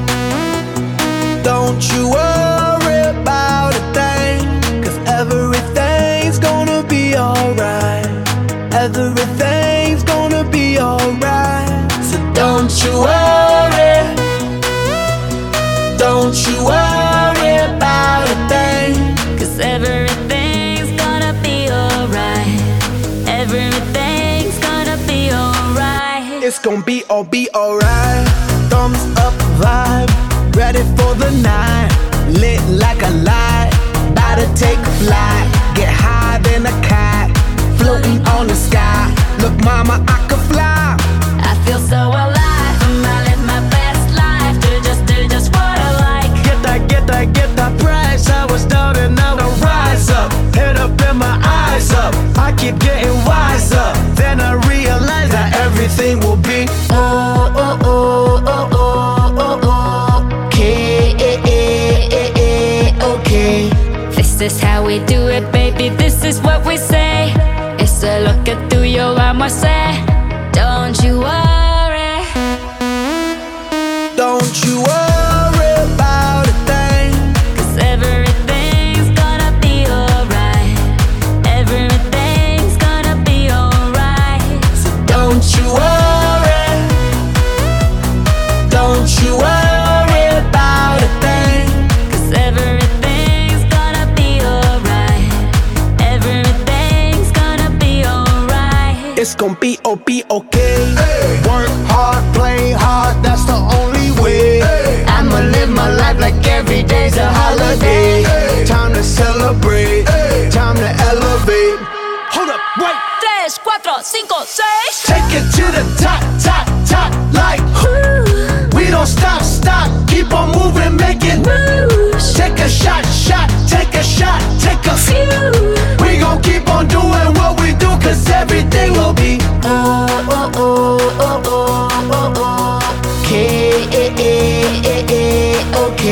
don't you worry about a thing, 'cause everything's gonna be alright, everything's gonna be alright. So don't you worry, don't you worry about a thing, 'cause everything's gonna be alright, everything's gonna be alright. It's gonna be all be alright. Thumbs up vibe, ready for the night. Lit like a light, about to take a flight. Get high than a cat, floating on the sky. Look mama, I could fly. I feel so alive, and I live my best life. Do just, do just what I like. Get that, get that, get that price. I was down and now I rise up. Head up and my eyes up. I keep getting wiser. Then I realize that everything will be oh, oh, oh, oh, oh, oh, oh. Okay, okay. This is how we do it, baby, this is what we say. It's a look at tuyo, vamos a. Don't you worry.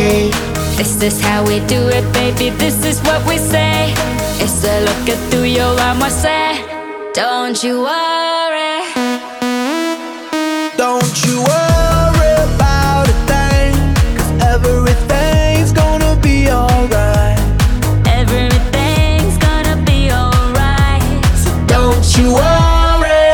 me. This is how we do it, baby, this is what we say. It's the look at tuyo, vamos a hacer. Don't you worry. Don't you worry about a thing, 'cause everything's gonna be alright. Everything's gonna be alright. So don't you worry.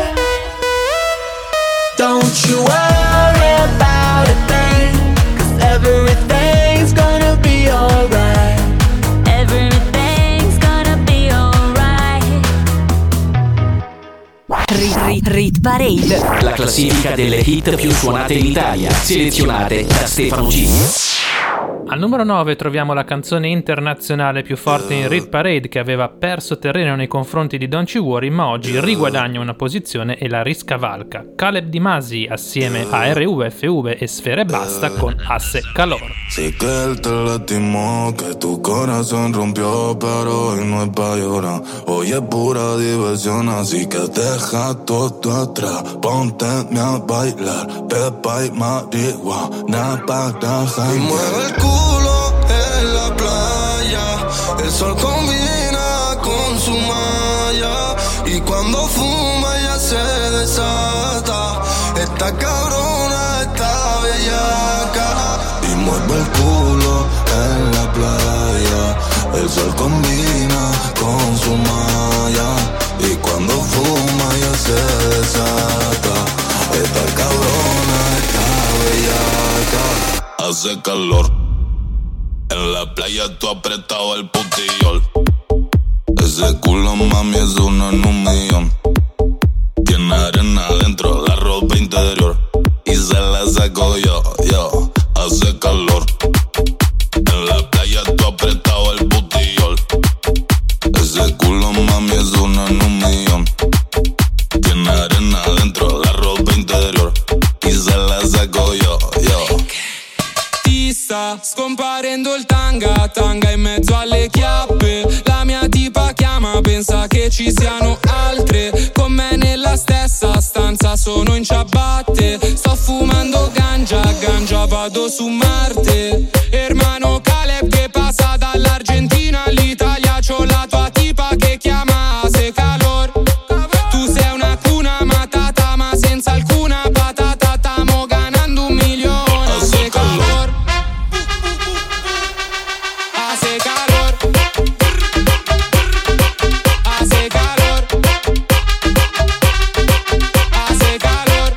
Don't you worry about a thing, 'cause everything's gonna be alright. Everything's gonna be alright. Rit, rit, rit Parade. La classifica delle hit più suonate in Italia, selezionate da Stefano G. Al numero nove troviamo la canzone internazionale più forte in Rit Parade, che aveva perso terreno nei confronti di Don't You Worry, ma oggi riguadagna una posizione e la riscavalca. Caleb Di Masi assieme a R U F V e Sfera Ebbasta con Hace Calor. Sí que él te lastimó, que tu corazón rompió, pero hoy no es pa' llorar. Hoy es pura diversión, así que deja todo atrás. Ponte a bailar, pepa y marihuana para y mueve el culo en la playa. El sol combina con su malla, y cuando fuma ya se desata. Esta cabrona está bellaca. y mueve el culo en la playa. El sol combina con su malla, y cuando fuma ya se desata. Esta cabrona está bellaca. Hace calor en la playa, tú apretado el putillol. Ese culo, mami, es uno en un millón. Tiene arena adentro, la ropa interior, y se la saco yo, yo. Hace calor en la playa, tú apretado el putillol. Ese culo, mami, es uno en un millón. Tiene arena adentro, la ropa interior, y se la saco yo, yo. Ti sta scomparendo il tanga, tanga in mezzo alle chiappe. La mia tipa chiama, pensa che ci siano altre con me nella stessa stanza, sono in ciabatte. Sto fumando ganja, ganja vado su Marte. Hermano Caleb che passa dall'Argentina all'Italia, c'ho la tua tipa che chiama Hace Calor. Tu sei una cuna matata, ma senza alcuna patata, stiamo ganando un milione. Hace calor. Hace calor. Hace calor. Hace calor.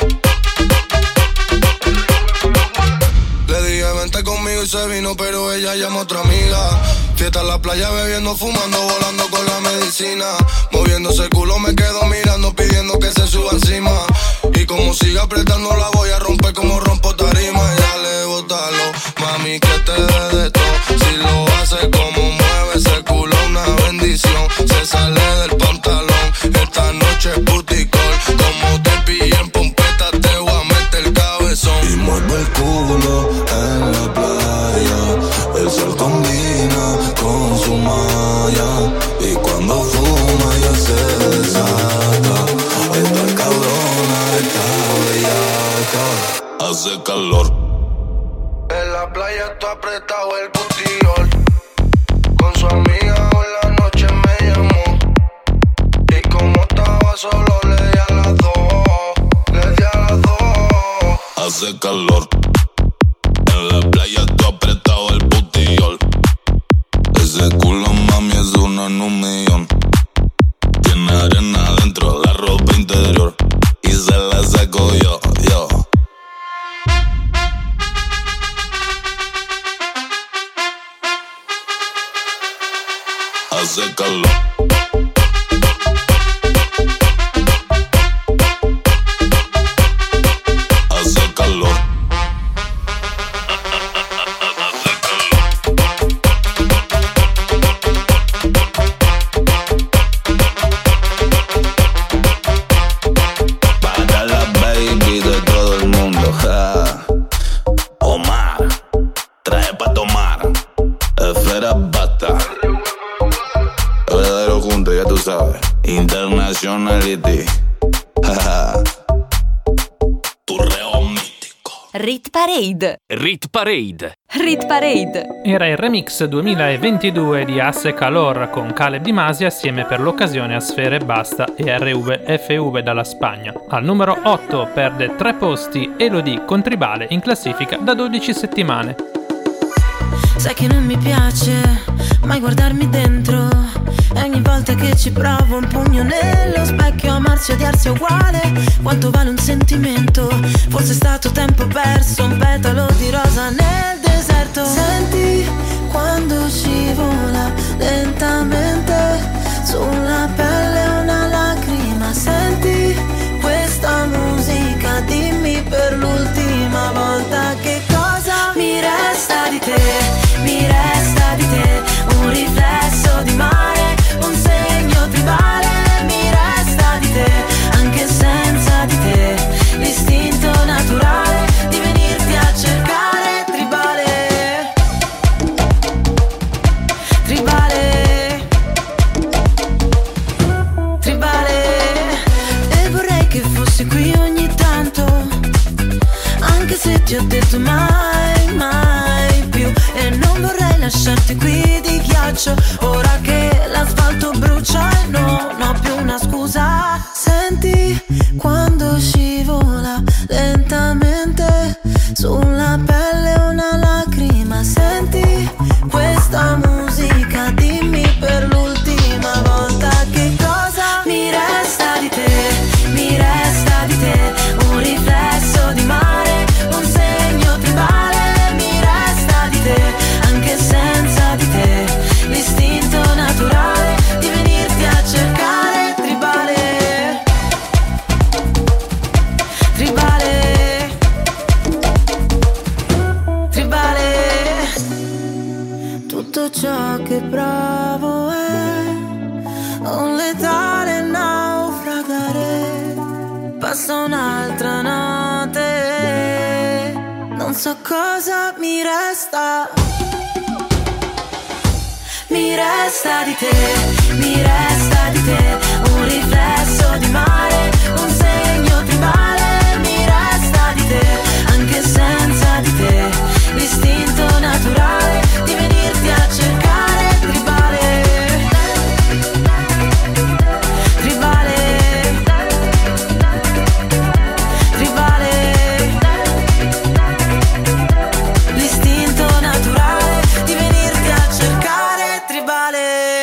Le dije vente conmigo y se vino, pero ella llama a otra amiga. Fiesta en la playa, bebiendo, fumando, volando con la medicina. Moviéndose el culo me quedo mirando, pidiendo que se suba encima. Y como siga apretando la voy a romper como rompo tarima. Dale, bótalo, mami, que te dé de todo. Si lo hace como mueve ese culo, una bendición. Se sale del pantalón, esta noche es puticol. Como te pillé en pompeta, te voy a meter el cabezón. Y mueve el culo en la playa. El sol combina con su malla, y cuando fuma ya se desata. Esta cabrona está bellaca. Hace calor en la playa, tú apretado el botillol. Con su amiga hoy la noche me llamó, y como estaba solo le di a las dos, le di a las dos. Hace calor en la playa, tú apretado el botillol. Ese culo, mami, es uno en un millón. Tiene arena adentro, la ropa interior, y se la saco yo, yo. Hace calor. Hace calor. Para la baby de todo el mundo, ja. Omar, trae pa' tomar. Esfera basta. Verdadero junto, ya tú sabes. Internationality. Tu reo mítico. Rit Parade. Rit Parade. Rit Parade. Era il remix duemilaventidue di Hace Calor con Caleb Di Masi assieme per l'occasione a Sfera Ebbasta e R V F V dalla Spagna. Al numero otto perde tre posti Elodie con Tribale in classifica da dodici settimane. Sai che non mi piace mai guardarmi dentro, e ogni volta che ci provo un pugno nello specchio. Amarsi e odiarsi è uguale, quanto vale un sentimento? Forse è stato tempo perso, un petalo di rosa nel deserto. Senti quando scivola lentamente sulla pelle una lacrima. Senti questa musica, dimmi per l'ultima volta che cosa mi resta di te. Mi resta di te un riflesso di mare, un segno tribale. Mi resta di te, anche senza di te, l'istinto naturale di venirti a cercare. Tribale, tribale, tribale. E vorrei che fossi qui ogni tanto, anche se ti ho detto mai, mai più. E non vorrei lasciarti qui di ghiaccio, ora che l'asfalto brucia e non ho più una scusa. Senti quando scivola lentamente sulla pelle una lacrima. Senti questa musica, dimmi per l'ultima volta che cosa mi resta di te. Mi resta di te un riflesso di mare, un segno tribale. Anche senza di te, l'istinto naturale di venirti a cercare. Tribale, tribale, tribale. Tutto ciò che provo è un letale naufragare. Passa un'altra notte, non so cosa mi resta. Mi resta di te, mi resta di te un riflesso di mare, un segno tribale. Mi resta di te, anche senza di te, l'istinto naturale di venirti a cercare. Tribale, tribale, tribale. L'istinto naturale di venirti a cercare. Tribale.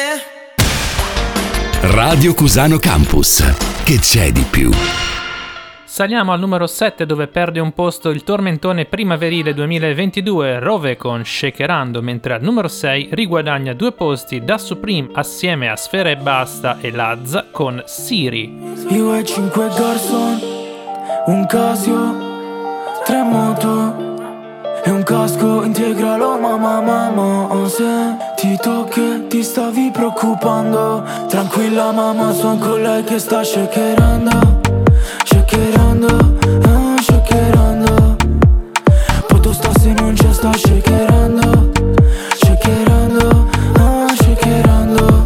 Radio Cusano Campus. Che c'è di più? Saliamo al numero sette dove perde un posto il tormentone primaverile duemilaventidue Rove con Shakerando, mentre al numero sei riguadagna due posti Da Supreme assieme a Sfera Ebbasta e Lazza con Siri. Io e cinque garçon, un Casio, tre moto e un casco integralo, mamma, mamma. Se ti tocchi ti stavi preoccupando, tranquilla mamma, son con lei che sta shakerando, shakerando, ah, shakerando. Poto sta se non c'è, sta shakerando, shakerando, ah, shakerando,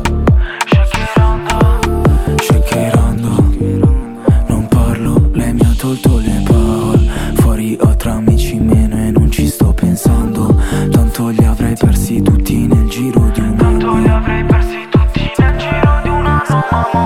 shakerando, shakerando. Non parlo, lei mi ha tolto le parole, fuori ho tra amici meno e non ci sto pensando. Tanto li avrei persi tutti nel giro di un anno. Tanto li avrei persi tutti nel giro di un anno.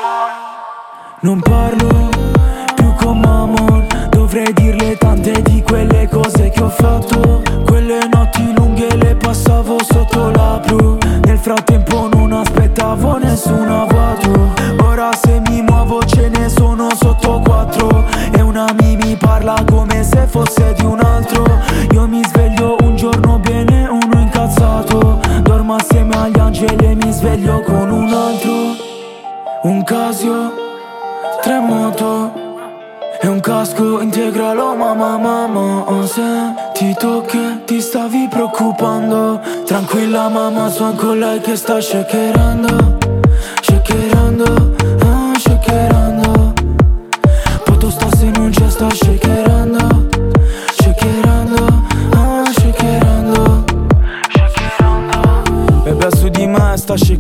Non parlo più con Mamon, dovrei dirle tante di quelle cose che ho fatto. Quelle notti lunghe le passavo sotto la blu. Nel frattempo non aspettavo nessun avvato. Ora se mi muovo ce ne sono sotto quattro. E una mi mi parla come se fosse di un altro. Io mi sveglio un giorno bene, uno incazzato. Dormo assieme agli angeli e mi sveglio con un altro. Un Casio, tre moto e un casco integralo, mamma, mamma. Se ti tocchi ti stavi preoccupando, tranquilla mamma, son con lei che sta shakerando, shakerando, ah, shakerando. Poto sta se non c'è, sta shakerando, shakerando, ah, shakerando, shakerando. Bebe su di me sta shakerando.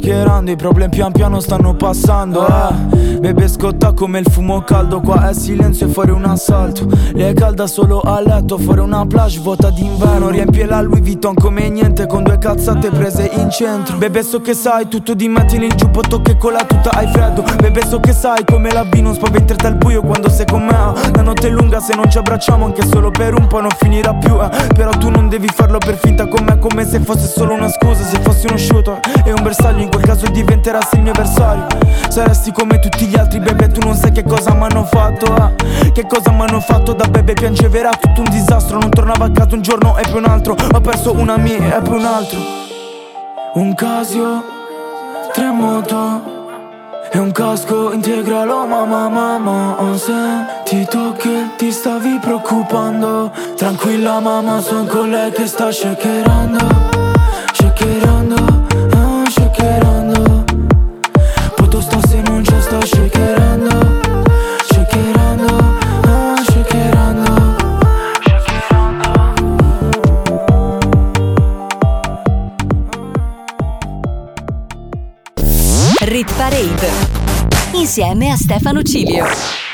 quando i problemi pian piano stanno passando, eh. Bebe scotta come il fumo caldo, qua è silenzio e fuori un assalto. Lei è calda solo a letto, fuori una plage vuota d'inverno. Riempie la Louis Vuitton come niente, con due cazzate prese in centro. Bebe so che sai tutto di me, tieni il giubbotto che con la tuta hai freddo. Bebe so che sai come la B non spaventerti al buio quando sei con me. La notte è lunga, se non ci abbracciamo anche solo per un po' non finirà più, eh. Però tu non devi farlo per finta con me, come se fosse solo una scusa. Se fossi uno shooter e un bersaglio, in quel caso diventerassi il mio avversario. Saresti come tutti gli altri, bebe, tu non sai che cosa m'hanno fatto, eh. Che cosa m'hanno fatto, da bebe piangeva, era tutto un disastro. Non tornavo a casa un giorno e poi un altro, ho perso una mia e poi un altro. Un Casio, tre moto e un casco integralo, mamma, mamma. Ho sentito che ti stavi preoccupando. Tranquilla mamma, son con lei che sta shakerando, shakerando, ah, shakerando. Poto sta se non c'è, sta shakerando, shakerando, ah, shakerando. Rit Parade insieme a Stefano Cilio.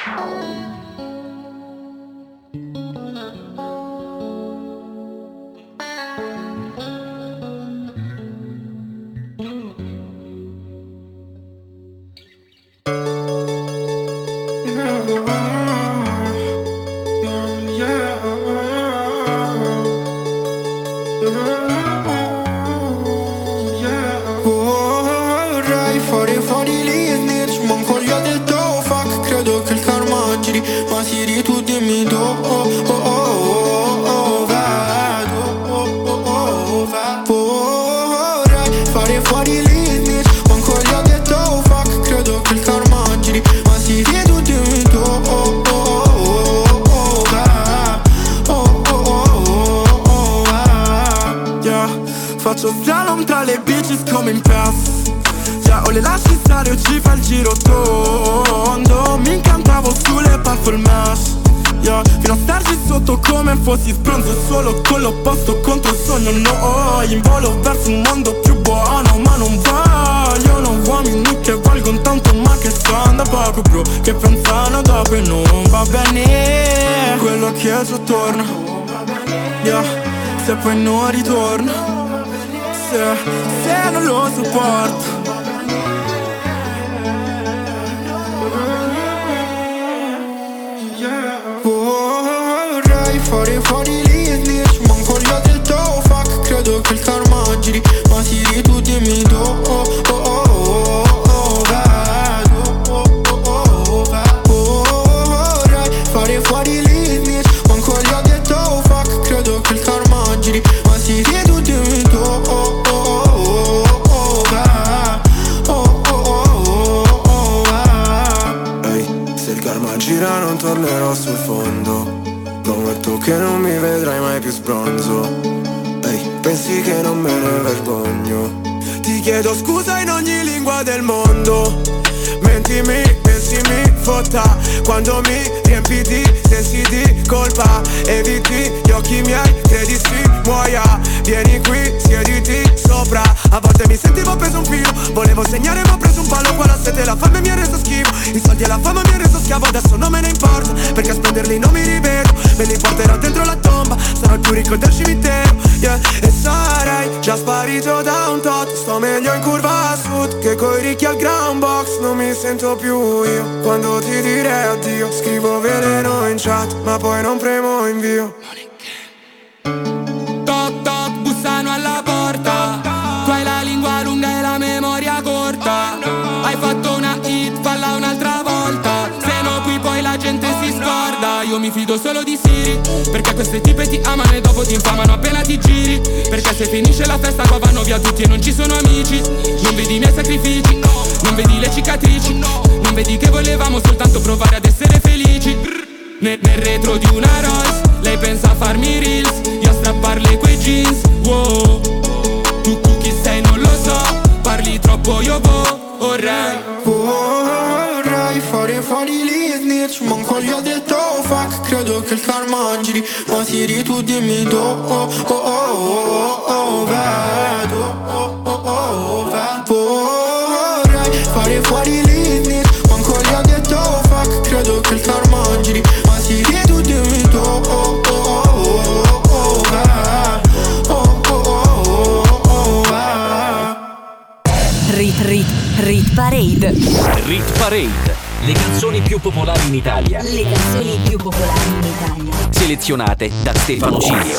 Faccio slalom tra le bitches come in pass. Già o le lasci stare o ci fa il giro tondo. Mi incantavo sulle puffle mash, yeah. Fino a starci sotto come fossi spronzo, solo con l'opposto contro il sogno. No, in volo verso un mondo più buono. Ma non vogliono uomini che valgono tanto ma che stanno da poco, bro, che pensano dopo e non va bene quello che ci torna, yeah. Se poi non ritorna, Se, se non lo sopporto. Vorrei fare fuori gli snitch, ma ancora io del tuo fuck. Credo che il karma giri, ma si di tu dimmi tu, oh, oh, oh, oh, oh, vedo, oh, oh, oh, vedo. Vorrei fare fuori gli snitch, ma ancora io del tuo fuck. Credo che il karma giri, ma si di tu dimmi tu, oh. Non tornerò sul fondo, prometto che non mi vedrai mai più sbronzo. Ehi, pensi che non me ne vergogno? Ti chiedo scusa in ogni lingua del mondo. Mentimi e si mi fotta quando mi riempi di sensi di colpa. Eviti gli occhi miei, credi si muoia. Vieni qui, siediti sopra. A volte mi sentivo preso un filo, volevo segnare ma ho preso un palo. Qua la sete e la fame mi ha reso schifo. I soldi e la fama mi ha reso schiavo. Adesso non me ne importa, perché a spenderli non mi rivedo. Me li porterò dentro la tomba, sarò il più ricco del cimitero, yeah. E sarei già sparito da un tot. Sto meglio in curva a sud che coi ricchi al ground box. Non mi sento più io quando ti direi addio. Scrivo veleno in chat ma poi non premo invio. Toc toc, bussano alla porta. Tu hai la lingua lunga e la memoria corta. Hai fatto una hit, falla un'altra volta. Se no qui poi la gente si scorda. Io mi fido solo di Siri, perché queste tipe ti amano e dopo ti infamano appena ti giri. Perché se finisce la festa qua vanno via tutti e non ci sono amici. Non vedi i miei sacrifici, non vedi le cicatrici, non vedi che volevamo soltanto provare ad essere felici. Nel, nel retro di una Rolls, lei pensa a farmi reels, io a strapparle quei jeans, wow. Tu, tu chi sei non lo so, parli troppo io vorrei. Vorrei fare fuori gli snitch, ma ancora io del tuo fuck. Credo che il karma giri, ma si di tu dimmi tu, oh, oh, oh, oh, oh, vedo, oh, oh, oh, vedo. nobody leave me. Manco gli ho detto oh fuck, credo che il karma giri. Ma si ride tu dimmi tu, oh oh oh oh oh ah. Oh oh oh oh oh ah. Rit Rit Rit Parade. Rit Parade. Le canzoni più popolari in Italia. Le canzoni più popolari in Italia. Selezionate da Stefano Cilio.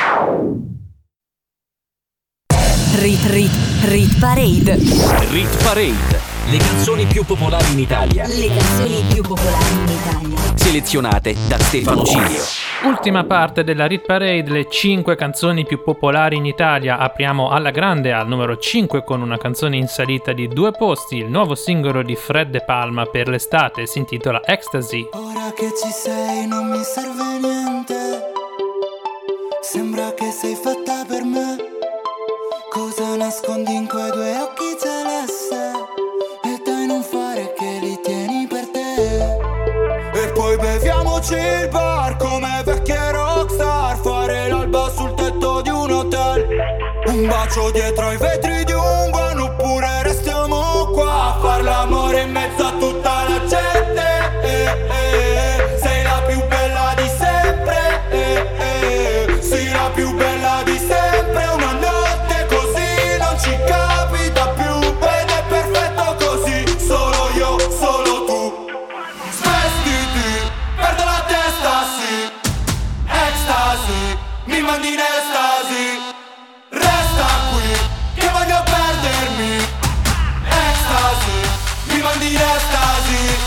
Rit Rit Rit Parade. Rit Parade. Le canzoni più popolari in Italia. Le canzoni più popolari in Italia. Selezionate da Stefano Cilio. Ultima parte della Rit Parade, le cinque canzoni più popolari in Italia. Apriamo alla grande al numero cinque con una canzone in salita di due posti, il nuovo singolo di Fred De Palma per l'estate, si intitola Ecstasy. Ora che ci sei non mi serve niente, sembra che sei fatta per me. Cosa nascondi in quei due occhi celeste? E dai non fare che li tieni per te. E poi beviamoci il bar come vecchie rockstar, fare l'alba sul tetto di un hotel, un bacio dietro ai vetri di un van, oppure restiamo qua a far l'amore in mezzo a tutta la gente. eh, eh, Sei la più bella di sempre, eh, eh, sei la più bella di sempre. Una notte così non ci capita più ed è perfetto così, solo io, solo tu. Svestiti, perdo la testa, sì. Ecstasy, mi mandi in estasi. Resta qui, che voglio perdermi. Ecstasy, mi mandi in estasi.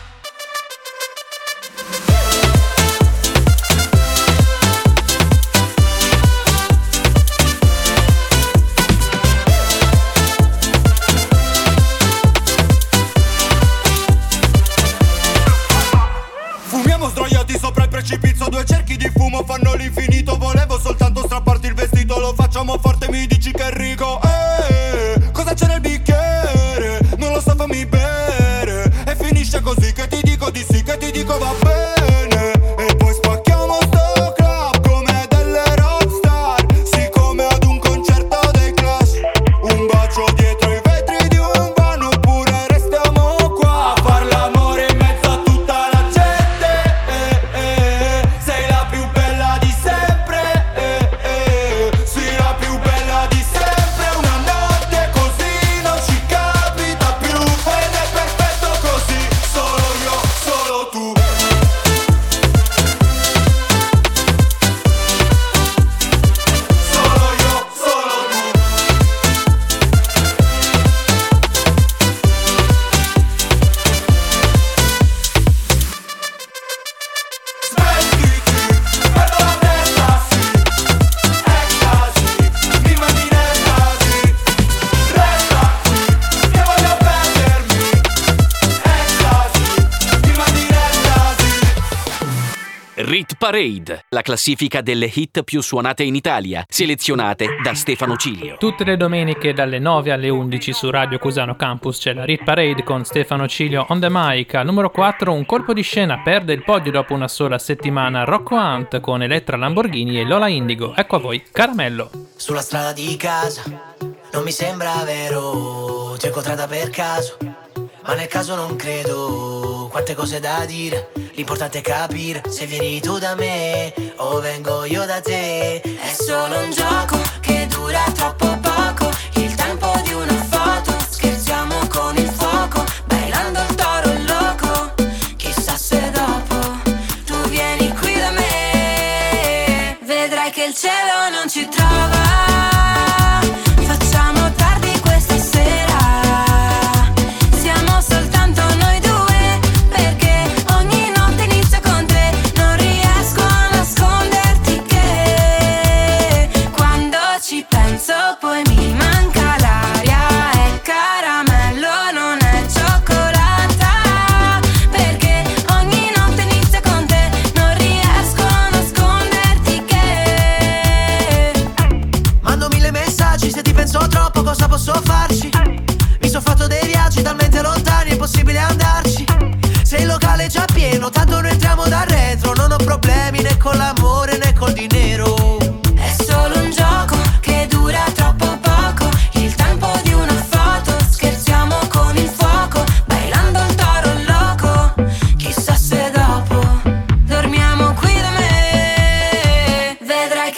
Fumiamo sdraiati sopra il precipizio, due cerchi di fumo fanno l'infinito. Volevo soltanto strapparti il vestito, lo facciamo forte, mi dici che è rico. Eh, cosa c'è nel bicchiere? Non lo so, fammi bere. E finisce così che ti dico di sì, che ti dico va bene. E poi spacchiamo sto club come delle rockstar, sì, come ad un concerto dei Clash. Un bacio dietro i vetri di un van, oppure restiamo qua a far l'amore in mezzo a tutta la gente. eh, eh, Sei la più bella di sempre, eh, eh, sei la più bella di sempre. Una notte così non ci capita più ed è perfetto così, solo io, solo tu. Solo io, solo tu. Svestiti, perdo la testa, sì. Ecstasy, mi mandi in estasi. Resta qui, che voglio perdermi. Ecstasy, mi mandi in estasi. Rit Parade, la classifica delle hit più suonate in Italia, selezionate da Stefano Cilio. Tutte le domeniche dalle nove alle undici su Radio Cusano Campus c'è la Rit Parade con Stefano Cilio on the mic. Al numero quattro un colpo di scena, perde il podio dopo una sola settimana Rocco Hunt con Elettra Lamborghini e Lola Indigo. Ecco a voi Caramello. Sulla strada di casa, non mi sembra vero, ti ho incontrata per caso, ma nel caso non credo, quante cose da dire, l'importante è capire se vieni tu da me o vengo io da te. È solo un gioco che dura troppo poco, il tempo di una foto, scherziamo con il fuoco, bailando il toro loco, chissà se dopo tu vieni qui da me, vedrai che il cielo non ci trova. Facciamo tardi questa sera, siamo soltanto noi due, perché ogni notte inizia con te. Non riesco a nasconderti che quando ci penso poi mi manca l'aria. È caramello, non è cioccolata, perché ogni notte inizia con te. Non riesco a nasconderti che Mando mille messaggi, se ti penso troppo cosa posso farci? Mi son fatto dei viaggi talmente lontani, è possibile andarci. Se il locale è già pieno, tanto noi entriamo da retro. Non ho problemi né con l'amore né col dinero. È solo un gioco che dura troppo poco, il tempo di una foto, scherziamo con il fuoco,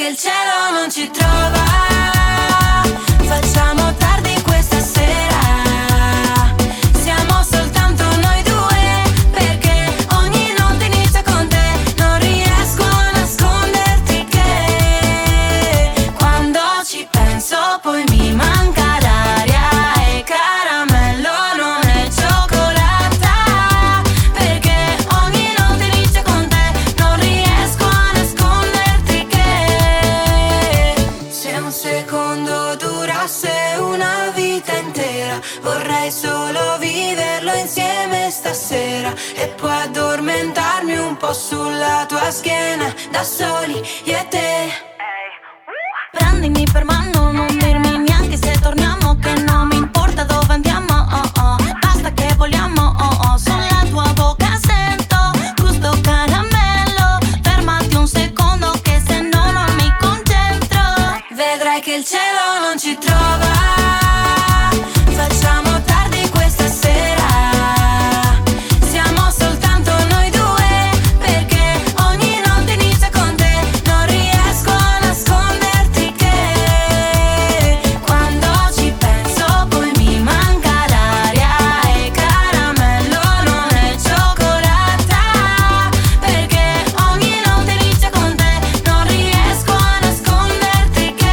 il cielo non ci trova. Facciamo tardi questa sera, siamo soltanto noi due, perché ogni notte inizia con te. Non riesco a nasconderti che quando ci penso poi mi manca l'aria, e caramello non è cioccolata, perché ogni notte inizia con te. Non riesco a nasconderti che se un secondo durasse una vita intera, vorrei solo viverlo insieme stasera, e poi addormentarmi un po' sulla tua schiena, da soli io e te. Prendimi per mano, non dirmi neanche se torniamo, che non mi importa dove andiamo, oh oh. Basta che vogliamo, oh oh. Sulla tua bocca sento gusto caramello, fermati un secondo che se no non mi concentro. Vedrai che il cielo non ci trova. Facciamo tardi questa sera, siamo soltanto noi due, perché ogni notte inizia con te. Non riesco a nasconderti che quando ci penso poi mi manca l'aria, e caramello non è cioccolata, perché ogni notte inizia con te. Non riesco a nasconderti che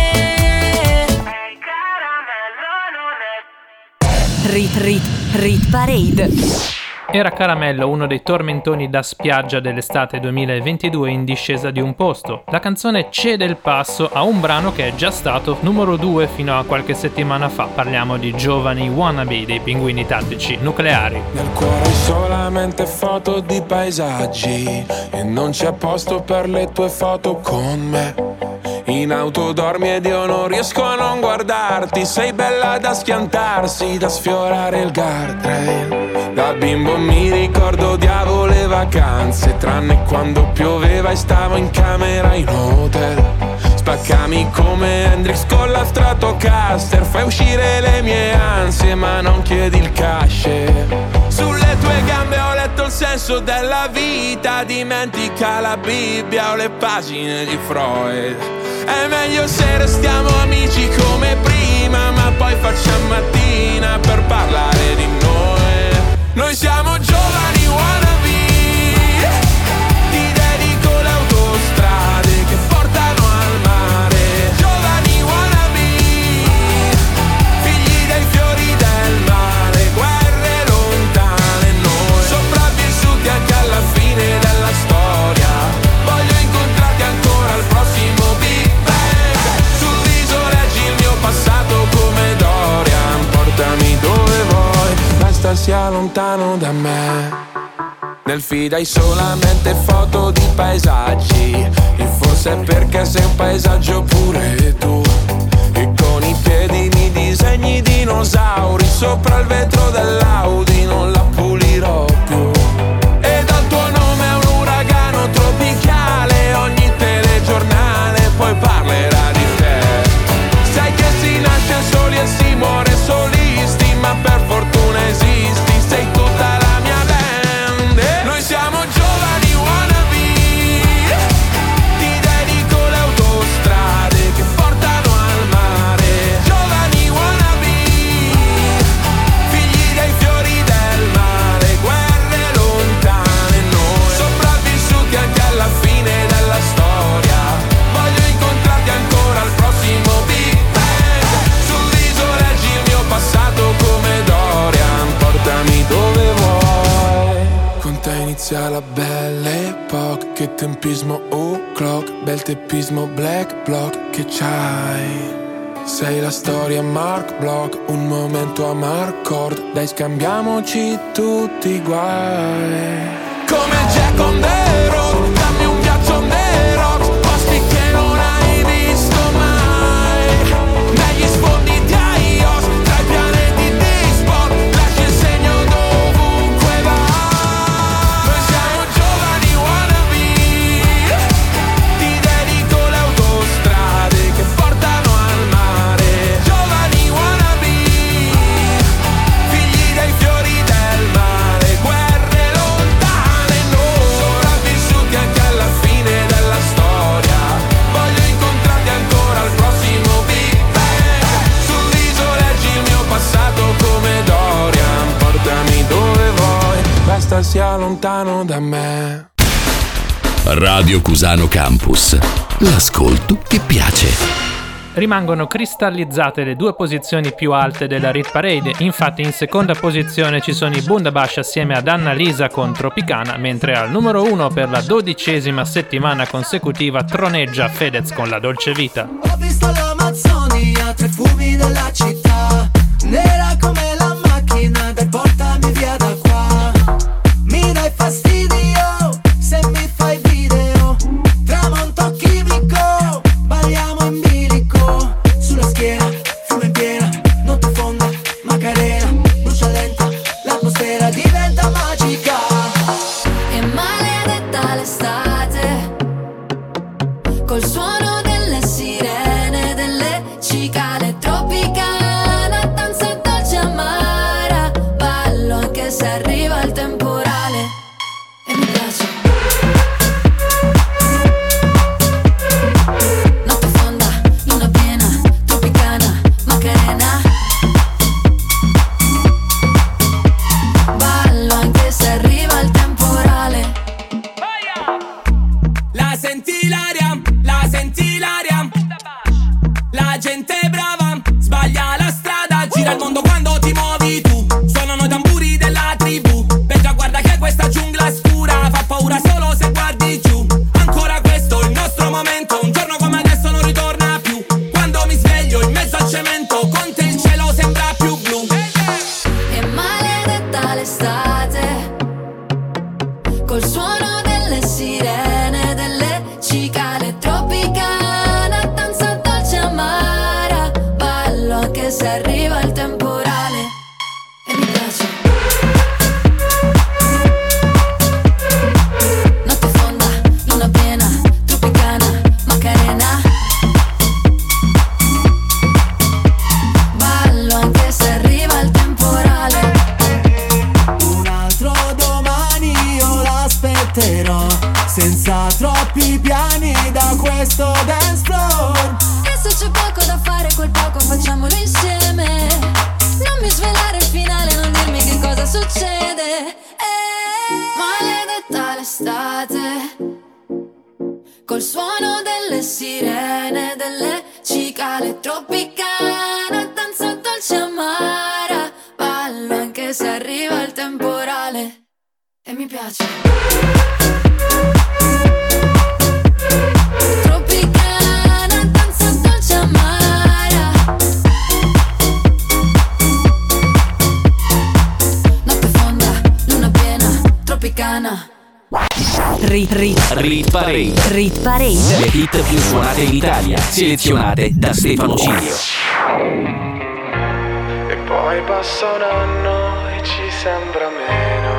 Rit Rit Rit Parade. Era Caramello, uno dei tormentoni da spiaggia dell'estate duemilaventidue, in discesa di un posto. La canzone cede il passo a un brano che è già stato numero due fino a qualche settimana fa. Parliamo di Giovani Wannabe dei Pinguini Tattici Nucleari. Nel cuore hai solamente foto di paesaggi e non c'è posto per le tue foto con me. In auto dormi ed io non riesco a non guardarti. Sei bella da schiantarsi, da sfiorare il guardrail. Da bimbo mi ricordo odiavo le vacanze, tranne quando pioveva e stavo in camera in hotel. Spaccami come Hendrix con la Stratocaster, fai uscire le mie ansie ma non chiedi il cash. Sulle tue gambe ho letto il senso della vita, dimentica la Bibbia o le pagine di Freud. È meglio se restiamo amici come prima, ma poi facciamo mattina per parlare di noi. Noi siamo giovani wannabe, ti dedico le autostrade che portano al mare. Giovani wannabe, figli dei fiori del mare, guerre lontane noi, sopravvissuti anche alla fine della storia. Voglio incontrarti ancora al prossimo Big Bang. Sul viso leggi il mio passato come Dorian. Portami dove vuoi, basta sia lontano da me. Nel feed hai solamente foto di paesaggi, e forse è perché sei un paesaggio pure tu. E con i piedi mi disegni dinosauri sopra il vetro dell'Audi, non la pulirò più. E dal tuo nome è un uragano tropicale, ogni telegiornale poi parlerà di te. Sai che si nasce soli e si muore solisti, ma per fortuna esisti, sei tutta la mia band. Noi siamo giovani wannabe, ti dedico le autostrade che portano al mare. Giovani wannabe, figli dei fiori del mare, guerre lontane noi, sopravvissuti anche alla fine della storia. Voglio incontrarti ancora al prossimo Big Bang. Sul viso leggi il mio passato come Dorian. Portami dove vuoi, con te inizia la belle epoca. Che tempismo o'clock, bel teppismo black block che c'hai. Sei la storia Mark Block, un momento a Marcord. Dai scambiamoci tutti i guai. Come Jack on the road, dammi un viaggio on the rocks, posti che non hai visto mai. Negli sfondi di iOS, tra i pianeti di spot, lascia il segno dovunque vai. Noi siamo giovani wannabe, ti dedico le autostrade che portano al mare. Giovani wannabe, figli dei fiori del mare, guerre lontane noi, sopravvissuti lontano da me. Radio Cusano Campus, l'ascolto che piace. Rimangono cristallizzate le due posizioni più alte della Rit Parade, infatti in seconda posizione ci sono i Bundabash assieme ad Annalisa con Tropicana, mentre al numero uno per la dodicesima settimana consecutiva troneggia Fedez con La Dolce Vita. Ho visto l'Amazzonia, tre fumi della città, nera come la macchina del portami via da qua. Mi dai fastidio se mi fai video, tramonto chimico, balliamo in bilico, sulla schiena, fumo in piena, notte fonda, Macarena, brucia lenta, l'atmosfera diventa magica. E maledetta l'estate, col suono delle sirene, delle cicale tropicana, danza dolce amara, ballo anche se arriva il temporale, e mi piace. Notte fonda, luna piena, tropicana, Macarena, ballo anche se arriva il temporale. La senti l'aria, la senti l'aria, la gente è brava, sbaglia la strada, gira il mondo quando ti muovi tu, suonano i tamburi della tribù, Petra guarda che questa giungla scura fa paura solo se guardi giù, ancora questo il nostro momento, un giorno come adesso non ritorna più, quando mi sveglio in mezzo al cemento, con te il cielo sembra più blu. E maledetta l'estate, col suono delle sirene, delle cicale tropicana, danza dolce amara, ballo anche se arriva il temporale, e mi piace. Notte fonda, luna piena, tropicana, Macarena, ballo anche se arriva il temporale. Un altro domani io l'aspetterò, senza troppi piani da questo dance floor. E se c'è poco da fare, quel poco facciamolo insieme. Non mi svelare il finale, non dirmi che cosa succede. Eh, maledetta l'estate, col suono delle sirene, delle cicale tropicana, danza dolce amara, ballo anche se arriva il temporale, e mi piace. Tropicana, danza dolce amara, notte fonda, luna piena, tropicana. Rit, rit, Rit Parade. Rit Parade. Le hit più suonate in Italia, selezionate da Stefano Cilio. E poi passa un anno e ci sembra meno.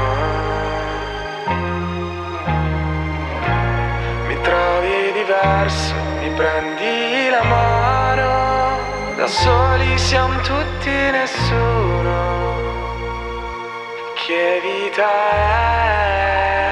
Mi trovi diverso, mi prendi la mano. Da soli siamo tutti nessuno. Che vita è?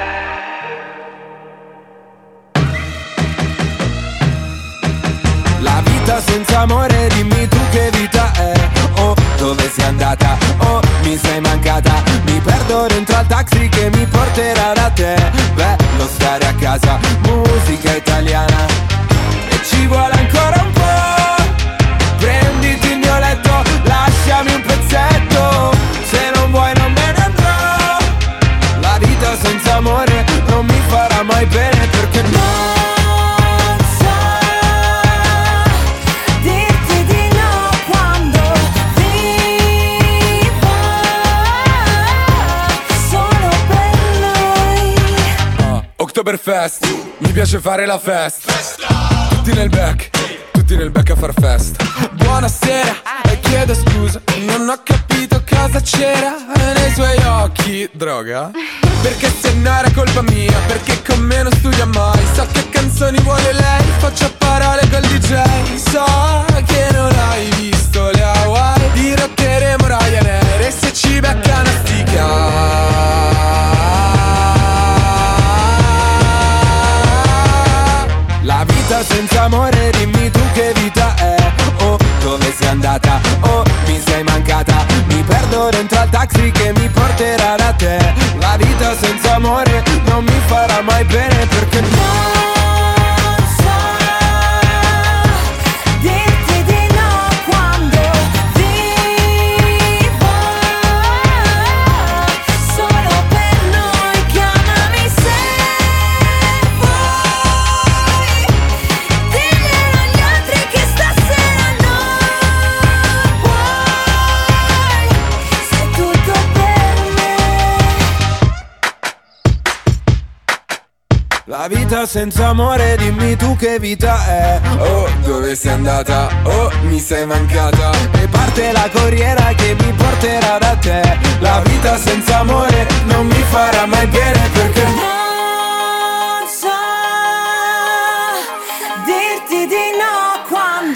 La vita senza amore, dimmi tu che vita è. Oh, dove sei andata? Oh, mi sei mancata. Mi perdo dentro al taxi che mi porterà da te. Bello stare a casa, musica italiana. E ci vuole ancora un po'. Prenditi il mio letto, lasciami un pezzetto. Se non vuoi non me ne andrò. La vita senza amore non mi farà mai bene, perché no. Oktoberfest, mi piace fare la festa. Tutti nel back, tutti nel back a far festa. Buonasera, e chiedo scusa, non ho capito cosa c'era nei suoi occhi. Droga? Perché se no era colpa mia, perché con me non studia mai. So che canzoni vuole lei, faccio a parole col D J. So che non hai visto le Hawaii, dirotteremo Ryanair e se ci becca una stica. La vita senza amore, dimmi tu che vita è. Oh, dove sei andata? Oh, mi sei mancata. Mi perdo dentro al taxi che mi porterà da te. La vita senza amore non mi farà mai bene perché no. La vita senza amore, dimmi tu che vita è. Oh, dove sei andata? Oh, mi sei mancata. E parte la corriera che mi porterà da te. La vita senza amore non mi farà mai bene perché non so dirti di no quando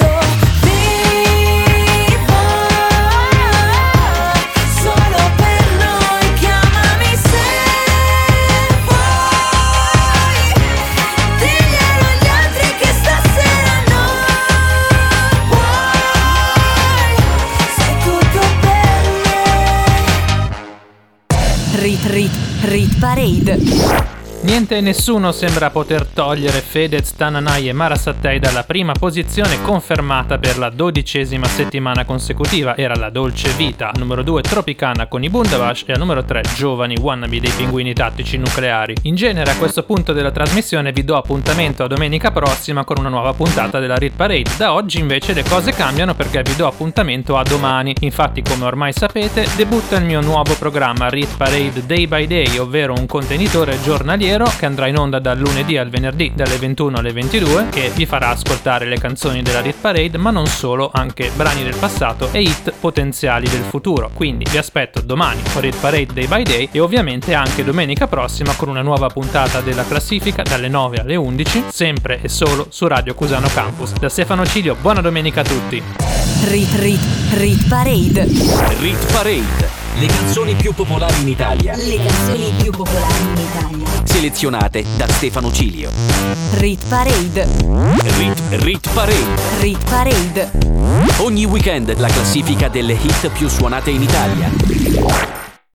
Rit Rit Rit Parade. Niente e nessuno sembra poter togliere Fedez, Tananai e Mara Sattei dalla prima posizione confermata per la dodicesima settimana consecutiva. Era la Dolce Vita, al numero due Tropicana con i Bundabash e al numero tre Giovani Wannabe dei Pinguini Tattici Nucleari. In genere a questo punto della trasmissione vi do appuntamento a domenica prossima con una nuova puntata della Rit Parade. Da oggi invece le cose cambiano perché vi do appuntamento a domani. Infatti, come ormai sapete, debutta il mio nuovo programma Rit Parade Day by Day, ovvero un contenitore giornaliero che andrà in onda dal lunedì al venerdì dalle ventuno alle ventidue, che vi farà ascoltare le canzoni della Rit Parade, ma non solo, anche brani del passato e hit potenziali del futuro. Quindi vi aspetto domani con Rit Parade Day by Day e ovviamente anche domenica prossima con una nuova puntata della classifica dalle nove alle undici, sempre e solo su Radio Cusano Campus. Da Stefano Cilio, buona domenica a tutti. Rit Rit Rit Parade. Rit Parade. Le canzoni più popolari in Italia. Le canzoni più popolari in Italia. Selezionate da Stefano Cilio. Rit Parade. Rit, Rit Parade. Rit Parade. Ogni weekend la classifica delle hit più suonate in Italia.